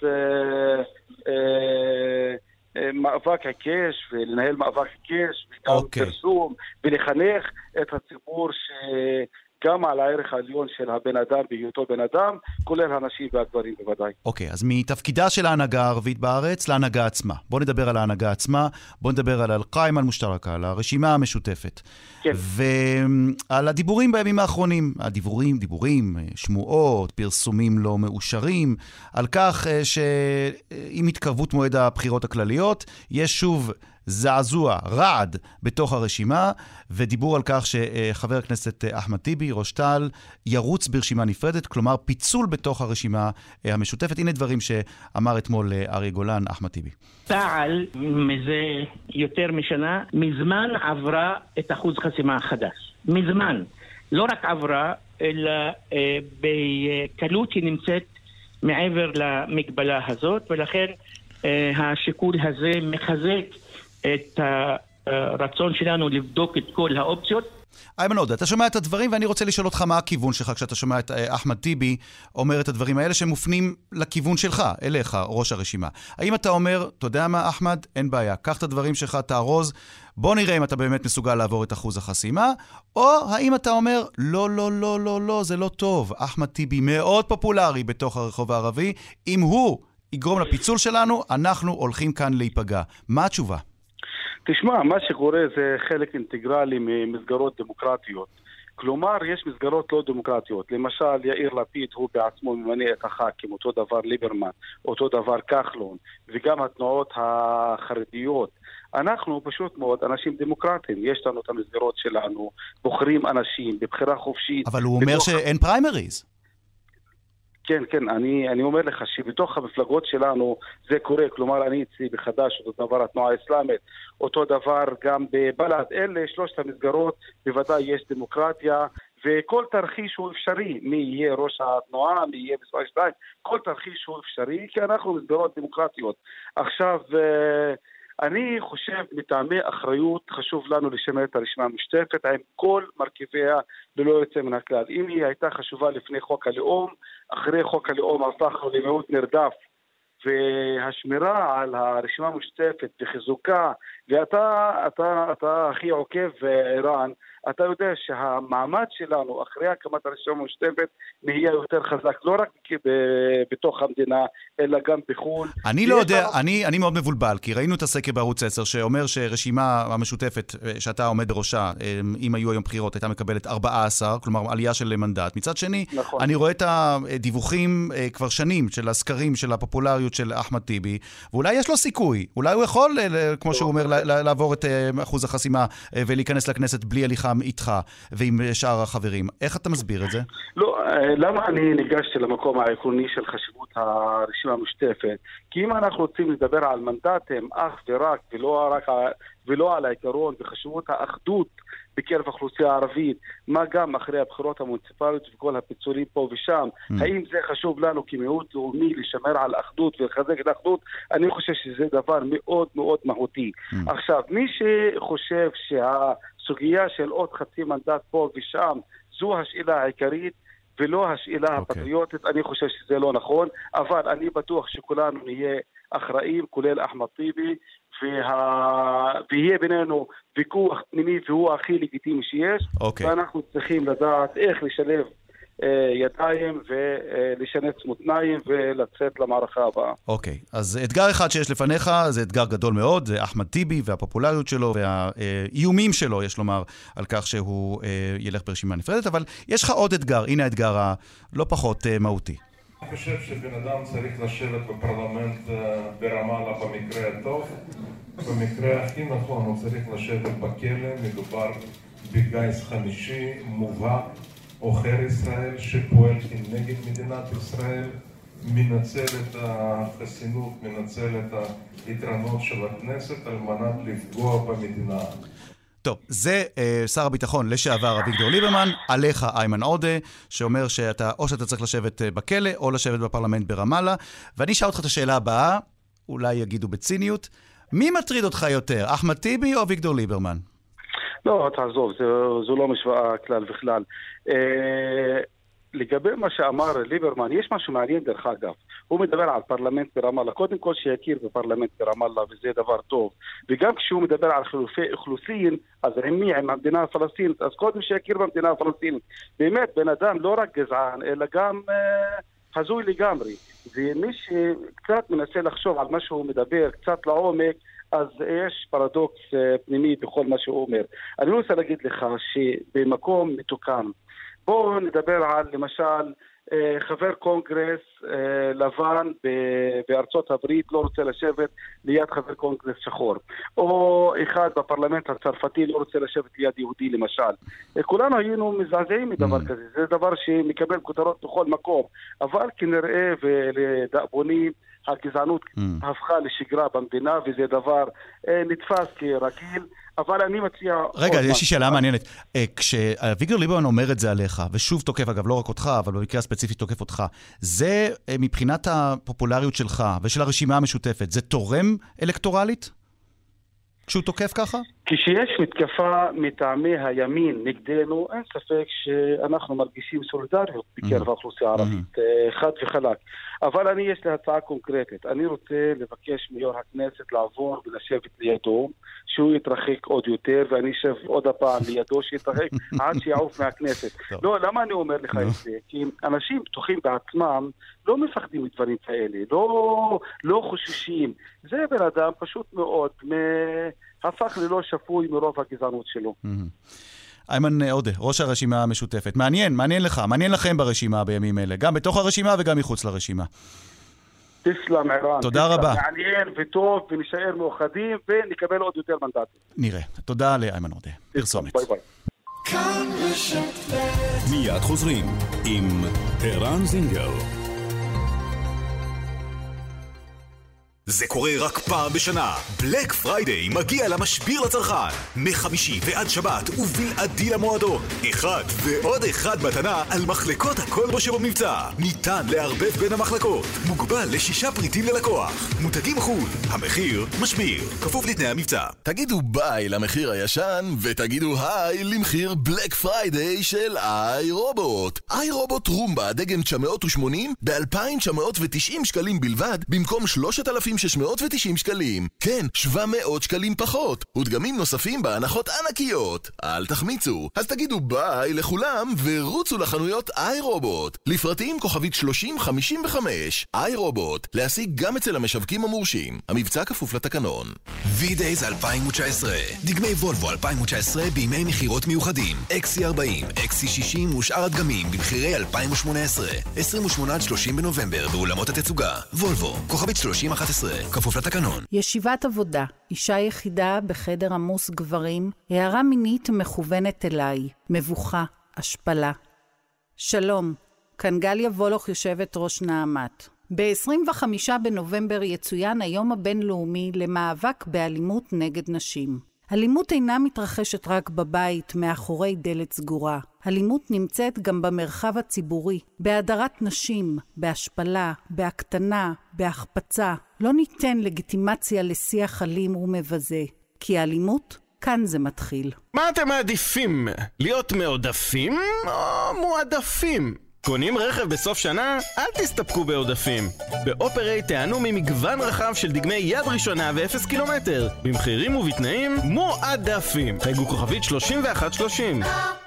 מאבק עיקש, ולנהל מאבק עיקש, וגם פרסום, ולחנך את הציבור גם על הערך העליון של הבן אדם בהיותו בן אדם, כולל הנשים והגברים בוודאי. אוקיי, אז מתפקידה של ההנהגה הערבית בארץ להנהגה עצמה. בוא נדבר על ההנהגה עצמה, בוא נדבר על אל-קאימה אל-משתרקה, על הרשימה המשותפת. כן. ועל הדיבורים בימים האחרונים, דיבורים, שמועות, פרסומים לא מאושרים, על כך שעם התקרבות מועד הבחירות הכלליות, יש שוב זעזוע, רעד בתוך הרשימה, ודיבור על כך שחבר הכנסת אחמד טיבי, ראש תע"ל, ירוץ ברשימה נפרדת, כלומר פיצול בתוך הרשימה המשותפת. הנה דברים שאמר אתמול אריה גולן, אחמד טיבי. תע"ל מזה יותר משנה, מזמן עברה את אחוז חסימה החדש. מזמן. לא רק עברה, אלא בקלות היא נמצאת מעבר למגבלה הזאת, ולכן השיקול הזה מחזק את הרצון שלנו לבדוק את כל האופציות. איימן עודה, אתה שומע את הדברים ואני רוצה לשאול אותך מה הכיוון שלך כשאתה שומע את אחמד טיבי אומר את הדברים האלה שמופנים לכיוון שלך, אליך, ראש הרשימה. האם אתה אומר, אתה יודע מה אחמד, אין בעיה, קח את הדברים שלך, תארוז, בוא נראה אם אתה באמת מסוגל לעבור את אחוז החסימה, או האם אתה אומר, לא, לא, לא, לא, לא, זה לא טוב, אחמד טיבי מאוד פופולרי בתוך הרחוב הערבי, אם הוא יגרום לפיצול שלנו, אנחנו הולכים כאן להיפגע. מה התשובה? תשמע, מה שקורה זה חלק אינטגרלי ממסגרות דמוקרטיות. כלומר, יש מסגרות לא דמוקרטיות. למשל, יאיר לפיד הוא בעצמו ממנה את הח"כים, אותו דבר ליברמן, אותו דבר כחלון, וגם התנועות החרדיות. אנחנו פשוט מאוד אנשים דמוקרטיים. יש לנו את המסגרות שלנו, בוחרים אנשים בבחירה חופשית. אבל הוא אומר שאין פריימריז. כן, כן, אני אומר לך שבתוך המפלגות שלנו זה קורה, כלומר אני אצלי בחדש, אותו דבר התנועה האסלאמית, אותו דבר גם בבל"ד, אלה שלושת המסגרות, בוודאי יש דמוקרטיה, וכל תרחיש הוא אפשרי, מי יהיה ראש התנועה, מי יהיה מספר 2, כל תרחיש הוא אפשרי, כי אנחנו מסגרות דמוקרטיות. עכשיו, אני חושב מטעמי אחריות חשוב לנו לשמר את הרשימה המשותפת עם כל מרכיביה ללא יוצא מן הכלל. אם היא הייתה חשובה לפני חוק הלאום, אחרי חוק הלאום הפכנו למיעוט נרדף, והשמירה על הרשימה המשותפת וחיזוקה, ואתה הכי עוקב איראן, אתה יודע שהמעמד שלנו אחרי הקמת הרשימה המשותפת נהיה יותר חזק, לא רק בתוך המדינה, אלא גם בחו"ל. אני לא יודע, אני מאוד מבולבל, כי ראינו את הסקר בערוץ 10, שאומר שרשימה המשותפת שאתה עומד בראשה, אם היו היום בחירות, הייתה מקבלת 14, כלומר עלייה של מנדט. מצד שני, נכון. אני רואה את הדיווחים כבר שנים של הסקרים של הפופולריות של אחמד טיבי, ואולי יש לו סיכוי, אולי הוא יכול, כמו שהוא אומר, לעבור את אחוז החסימה ולהיכנס לכנסת בלי הליכה איתך ועם שאר החברים. איך אתה מסביר את זה? לא, למה אני ניגשתי למקום העקרוני של חשיבות הרשימה המשותפת? כי אם אנחנו רוצים לדבר על מנדטים אך ורק ולא על העיקרון וחשיבות האחדות בקרב האוכלוסייה הערבית, מה גם אחרי הבחירות המוניציפליות וכל הפיצולים פה ושם, האם זה חשוב לנו כמיעוט לאומי לשמר על אחדות ולחזק את האחדות? אני חושב שזה דבר מאוד מאוד מהותי. עכשיו, מי שחושב שהסוגיה של עוד חצי מנדט פה ושם זו השאלה העיקרית ולא השאלה הפטריוטית, אני חושב שזה לא נכון, אבל אני בטוח שכולנו נהיה אחראים, כולל אחמד טיבי, ויהיה בינינו ויכוח פנימי והוא הכי לגיטימי שיש, ואנחנו צריכים לדעת איך לשלב ידיים ולשנץ מותניים ולצאת למערכה הבאה. אוקיי, אז אתגר אחד שיש לפניך זה אתגר גדול מאוד, זה אחמד טיבי והפופולריות שלו והאיומים שלו, יש לומר, על כך שהוא ילך ברשימה נפרדת, אבל יש לך עוד אתגר, הנה האתגר הלא פחות מהותי. אני חושב שבן אדם צריך לשבת בפרלמנט ברמאללה במקרה הטוב, במקרה הכי נכון הוא צריך לשבת בכלא, מדובר בגיס חמישי מובהק, עוכר ישראל שפועל כנגד מדינת ישראל, מנצל את החסינות, מנצל את היתרונות של הכנסת על מנת לפגוע במדינה. טוב, זה שר הביטחון לשעבר אביגדור ליברמן, עליך איימן עודה, שאומר שאתה או שאתה צריך לשבת בכלא או לשבת בפרלמנט ברמאללה, ואני אשאל אותך את השאלה הבאה, אולי יגידו בציניות, מי מטריד אותך יותר, אחמד טיבי או אביגדור ליברמן? לא, תעזוב, זו לא משוואה כלל וכלל. לגבי מה שאמר ליברמן, יש משהו מעניין דרך אגב. הוא מדבר על פרלמנט ברמאללה. קודם כל שיכיר בפרלמנט ברמאללה, וזה דבר טוב. וגם כשהוא מדבר על חילופי אוכלוסין, אז עם המדינה הפלסטינית, אז קודם שיכיר במדינה הפלסטינית. באמת, בן אדם לא רק גזען, אלא גם הזוי לגמרי. ומי שקצת מנסה לחשוב על מה שהוא מדבר, קצת לעומק, אז יש פרדוקס פנימי בכל מה שהוא אומר. אני רוצה להגיד לך שבמקום מתוקן, בואו נדבר על, למשל, חבר קונגרס לבן בארצות הברית לא רוצה לשבת ליד חבר קונגרס שחור. או אחד בפרלמנט הצרפתי לא רוצה לשבת ליד יהודי, למשל. כולנו היינו מזעזעים מדבר כזה. זה דבר שמקבל כותרות בכל מקום. אבל כנראה ולדאבוני, הגזענות הפכה לשגרה במדינה, וזה דבר נתפס כרגיל. אבל אני מציע... רגע, יש לי שאלה מעניינת. כשאביגדור ליברמן אומר את זה עליך, ושוב תוקף, אגב, לא רק אותך, אבל במקרה הספציפי תוקף אותך, זה מבחינת הפופולריות שלך ושל הרשימה המשותפת, זה תורם אלקטורלית? כשהוא תוקף ככה? כשיש מתקפה מטעמי הימין נגדנו, אין ספק שאנחנו מרגישים סולידריות בקרב האוכלוסייה הערבית, חד וחלק. אבל אני יש לי הצעה קונקרטית. אני רוצה לבקש מיו"ר הכנסת לעבור ולשבת לידו, שהוא יתרחק עוד יותר, ואני אשב עוד הפעם לידו שיתרחק עד שיעוף מהכנסת. לא, למה אני אומר לך את זה? כי אנשים פתוחים בעצמם לא מפחדים מדברים כאלה, לא חוששים. זה בן אדם פשוט מאוד הפך ללא שפוי מרוב הגזענות שלו. איימן עודה, ראש הרשימה המשותפת. מעניין לך, מעניין לכם ברשימה בימים אלה, גם בתוך הרשימה וגם מחוץ לרשימה. תסלם ערן. תודה רבה. מעניין וטוב, ונשאר מאוחדים ונקבל עוד יותר מנדטים. נראה. תודה לאיימן עודה. פרסומת. ביי ביי. מיד חוזרים עם ערן זינגר. זה קורה רק פעם בשנה. בלק פריידיי מגיע למשביר לצרכן. מחמישי ועד שבת ובלעדי למועדון. אחד ועוד אחד מתנה על מחלקות הכל בו שבמבצע. ניתן להרבב בין המחלקות. מוגבל ל6 פריטים ללקוח. מותגים חול. המחיר משביר. כפוף לתנאי המבצע. תגידו ביי למחיר הישן ותגידו היי למחיר בלק פריידיי של איי רובוט. איי רובוט רומבה דגם 980 ב-2,990 שקלים בלבד במקום 3,690 שקלים. כן, 700 שקלים פחות. ודגמים נוספים בהנחות ענקיות. אל תחמיצו. אז תגידו ביי לכולם ורוצו לחנויות איי רובוט. לפרטים כוכבית 3055. איי רובוט. להשיג גם אצל המשווקים המורשים. המבצע כפוף לתקנון. V-Days 2019. דגמי וולבו 2019 בימי מחירות מיוחדים. XC40, XC60 ושאר הדגמים במחירי 2018. 28-30 בנובמבר באולמות התצוגה. וולבו, כוכבית 3011. כפוף לתקנון. ישיבת עבודה. אישה יחידה בחדר עמוס גברים. הערה מינית מכוונת אליי. מבוכה. השפלה. שלום. כאן גליה וולוך יושבת ראש נעמת. ב-25 בנובמבר יצוין היום הבינלאומי למאבק באלימות נגד נשים. אלימות אינה מתרחשת רק בבית מאחורי דלת סגורה. אלימות נמצאת גם במרחב הציבורי, בהדרת נשים, בהשפלה, בהקטנה, בהחפצה. לא ניתן לגיטימציה לשיח אלים ומבזה, כי האלימות כאן זה מתחיל. מה אתם מעדיפים? להיות מעודפים או מועדפים? קונים רכב בסוף שנה? אל תסתפקו בעודפים. באופרי תענו ממגוון רחב של דגמי יד ראשונה ו0 קילומטר. במחירים ובתנאים מועדפים. חייגו כוכבית 3130.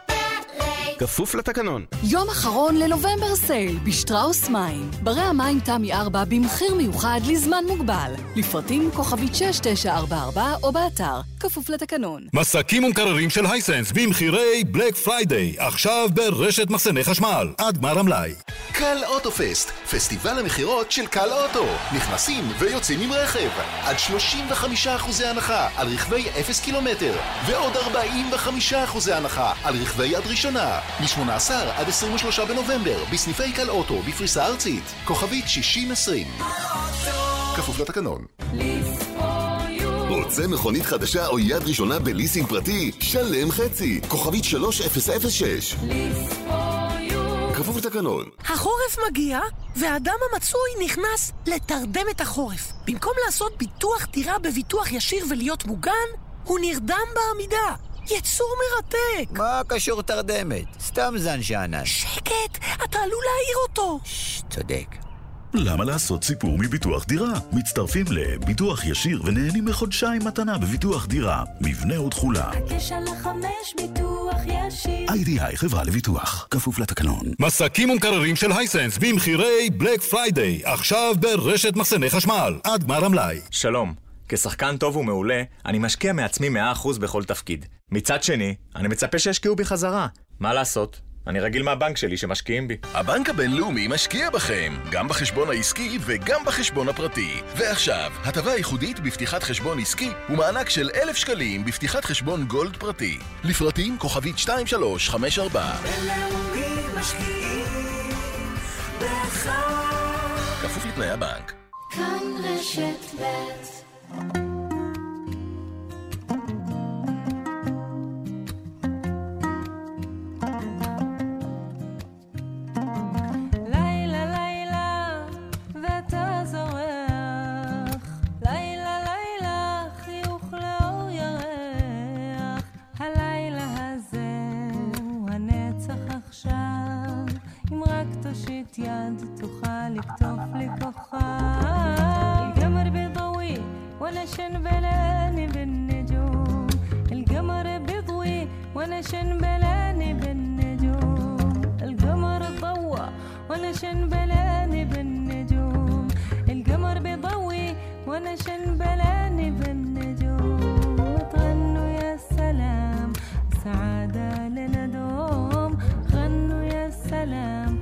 כפוף לתקנון. יום אחרון לנובמבר סייל בשטראוס מים. ברי המים תמי 4 במחיר מיוחד לזמן מוגבל. לפרטים כוכבית 6944 או באתר. כפוף לתקנון. מסקים ומקררים של הייסנס במחירי בלק פריידיי. עכשיו ברשת מחסני חשמל. עד גמר המלאי. קל אוטופסט, פסטיבל המחירות של קל אוטו. נכנסים ויוצאים עם רכב. עד 35% הנחה על רכבי 0 קילומטר, ועוד 45% הנחה על רכבי יד ראשונה. מ-18 עד 23 בנובמבר, בסניפי קל אוטו בפריסה ארצית. כוכבית 6020. כפוף לתקנון. רוצה מכונית חדשה או יד ראשונה בליסינג פרטי? שלם חצי. כוכבית 3006. כפוף לתקנון. החורף מגיע, והאדם המצוי נכנס לתרדמת החורף. במקום לעשות ביטוח דירה בביטוח ישיר ולהיות מוגן, הוא נרדם בעמידה. יצור מרתק. מה קשור תרדמת? סתם זן שענן. שקט, אתה עלול להעיר אותו. צודק. למה לעשות סיפור מביטוח דירה? מצטרפים לביטוח ישיר ונהנים מחודשיים מתנה בביטוח דירה. מבנה ותחולה. הקש על 5 ביטוח ישיר. IDI חברה לביטוח. כפוף לתקנון. מסקים ומקררים של הייסנס במחירי בלק פריידיי. עכשיו ברשת מחסני חשמל. עד גמר המלאי. שלום. כשחקן טוב ומעולה, אני משקיע מעצמי 100% בכל תפקיד. מצד שני, אני מצפה שישקיעו בי חזרה. מה לעשות? אני רגיל מהבנק שלי שמשקיעים בי. הבנק הבינלאומי משקיע בכם, גם בחשבון העסקי וגם בחשבון הפרטי. ועכשיו, הטבה ייחודית בפתיחת חשבון עסקי ומענק של 1,000 שקלים בפתיחת חשבון גולד פרטי. לפרטים כוכבית 2354. בינלאומי משקיעים בך. כפוף לתנאי הבנק. כאן רשת ב'. يد تخالي كتوف لكخال القمر بيضوي وانا شنبلاني بالنجوم القمر بيضوي وانا شنبلاني بالنجوم القمر ضوى وانا شنبلاني بالنجوم القمر بيضوي وانا شنبلاني بالنجوم وتغنوا يا سلام سعادة لنا دوم غنوا يا سلام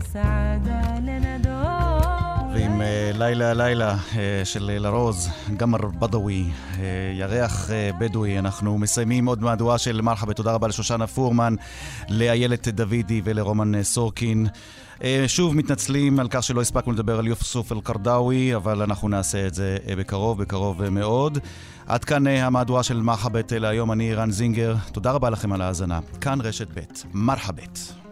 ועם לילה לילה של לרוז, גמר בדווי, ירח בדואי, אנחנו מסיימים עוד מהדורה של מרחבה. תודה רבה לשושנה פורמן, לאיילת דוידי ולרומן סורקין. שוב מתנצלים על כך שלא הספקנו לדבר על יוסוף אל-קרדאווי, אבל אנחנו נעשה את זה בקרוב מאוד. עד כאן המהדורה של מרחבה להיום. אני רן זינגר, תודה רבה לכם על ההאזנה. כאן רשת ב', מרחבה.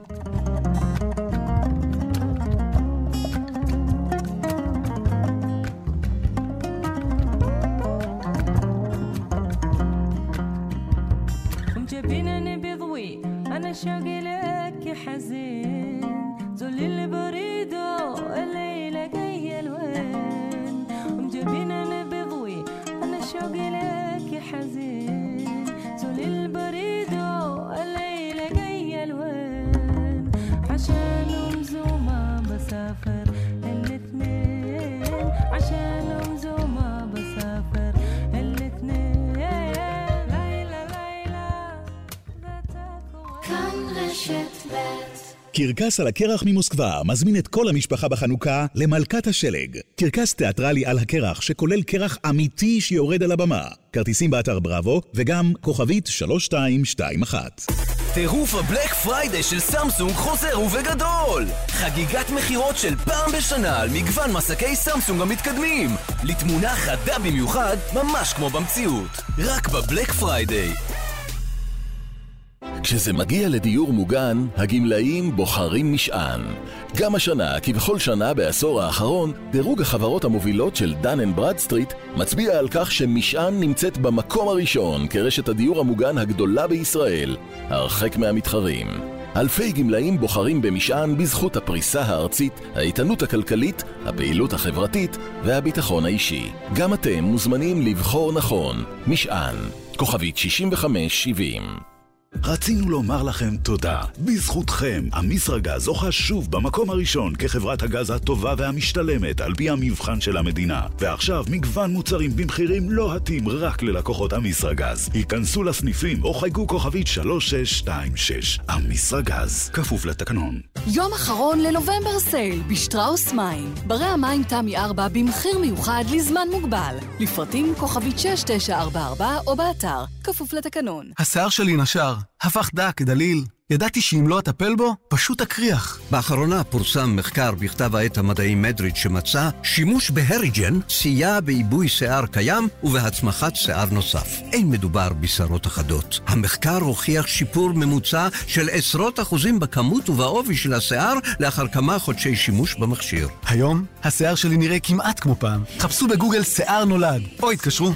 أنا شوقي لك يا حزين زل البريدو الليلة جاية الوين ومجابين أنا بضوي أنا شوقي لك يا حزين زل البريدو الليلة جاية الوين عشان مزومة بسافر الاثنين عشان مزومة بسافر الاثنين קרקס על הקרח ממוסקבה מזמין את כל המשפחה בחנוכה למלכת השלג. קרקס תיאטרלי על הקרח שכולל קרח אמיתי שיורד על הבמה. כרטיסים באתר בראבו וגם כוכבית 3221. טירוף הבלק פריידיי של סמסונג חוזר ובגדול. חגיגת מחירות של פעם בשנה על מגוון מסקי סמסונג המתקדמים. לתמונה חדה במיוחד, ממש כמו במציאות. רק בבלק פריידיי. כשזה מגיע לדיור מוגן, הגמלאים בוחרים משען. גם השנה, כבכל שנה בעשור האחרון, דירוג החברות המובילות של דן אנד ברדסטריט מצביע על כך שמשען נמצאת במקום הראשון כרשת הדיור המוגן הגדולה בישראל, הרחק מהמתחרים. אלפי גמלאים בוחרים במשען בזכות הפריסה הארצית, האיתנות הכלכלית, הפעילות החברתית והביטחון האישי. גם אתם מוזמנים לבחור נכון. משען, כוכבית 6570. רצינו לומר לכם תודה. בזכותכם, המסרגז זוכה שוב במקום הראשון כחברת הגז הטובה והמשתלמת על פי המבחן של המדינה. ועכשיו מגוון מוצרים במחירים לא התאים רק ללקוחות המסרגז. היכנסו לסניפים או חייגו כוכבית 3626. המסרגז, כפוף לתקנון. יום אחרון לנובמבר סייל בשטראוס מים. ברי המים תמי 4 במחיר מיוחד לזמן מוגבל. לפרטים כוכבית 6944 או באתר, כפוף לתקנון. השיער שלי נשר, הפך דק, דליל. ידעתי שאם לא אטפל בו, פשוט אקריח. באחרונה פורסם מחקר בכתב העת המדעי מדריד שמצא שימוש בהריג'ן סייע בעיבוי שיער קיים ובהצמחת שיער נוסף. אין מדובר בשערות אחדות. המחקר הוכיח שיפור ממוצע של עשרות אחוזים בכמות ובעובי של השיער לאחר כמה חודשי שימוש במכשיר. היום השיער שלי נראה כמעט כמו פעם. חפשו בגוגל שיער נולד או התקשרו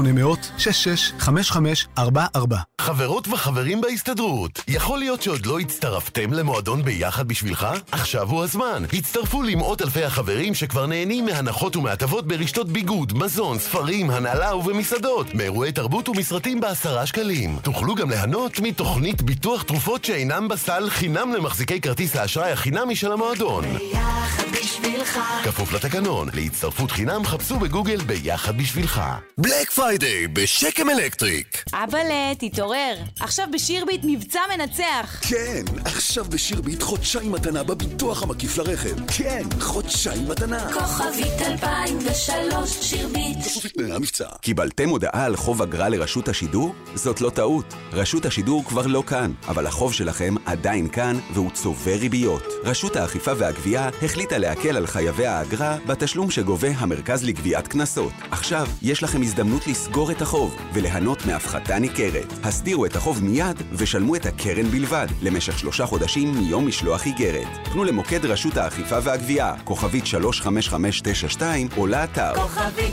1-800-665544. חברות וחברים בהסתדרות, יכול להיות שעוד לא הצטרפתם למועדון ביחד בשבילך? עכשיו הוא הזמן. הצטרפו למאות אלפי החברים שכבר נהנים מהנחות ומהטבות ברשתות ביגוד, מזון, ספרים, הנעלה ובמסעדות, מאירועי תרבות ומסרטים ב10 שקלים. תוכלו גם ליהנות מתוכנית ביטוח תרופות שאינם בסל חינם למחזיקי כרטיס האשראי החינמי של המועדון. ביחד בשבילך. כפוף לתקנון. להצטרפות חינם חפשו בגוגל ביחד בשבילך. בלק פריידיי בשקם אלקטריק. אבאלה, תתעורר. עכשיו בשירביט מבצע מנצח. כן, עכשיו בשירביט חודשיים מתנה בביטוח המקיף לרכב. כן, חודשיים מתנה. כוכבית 2003 שירביט. כפוף לתנאי המבצע. קיבלתם הודעה על חוב אגרה לרשות השידור? זאת לא טעות. רשות השידור כבר לא כאן, אבל החוב שלכם עדיין כאן והוא צובר ריביות. רשות האכיפה והגבייה החליטה להקל על חייבי האגרה בתשלום שגובה המרכז לגביית קנסות. עכשיו יש לכם הזדמנות לסגור את החוב וליהנות מהפחתה ניכרת. הסדירו את החוב מיד ושלמו את הקרן בלבד למשך 3 חודשים מיום משלוח איגרת. פנו למוקד רשות האכיפה והגבייה, כוכבית 35592 או לאתר כוכבית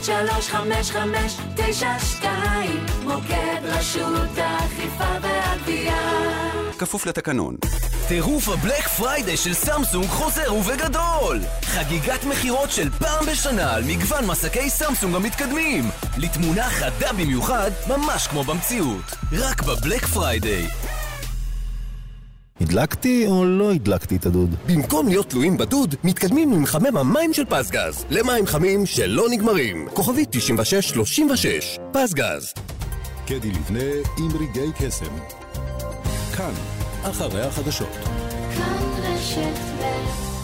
35592, מוקד רשות האכיפה והגבייה. כפוף לתקנון. טירוף הבלק פריידיי של סמסונג חוזר ובגדול! חגיגת מחירות של פעם בשנה על מגוון מסקי סמסונג המתקדמים, לתמונה חדה במיוחד, ממש כמו במציאות, רק בבלק פריידיי. הדלקתי או לא הדלקתי את הדוד? במקום להיות תלויים בדוד, מתקדמים עם מחמם המים של פסגז. למים חמים שלא נגמרים. כוכבית 9636. פסגז. קדי לבנה עם רגעי קסם. כאן, אחרי החדשות. כאן רשת ב'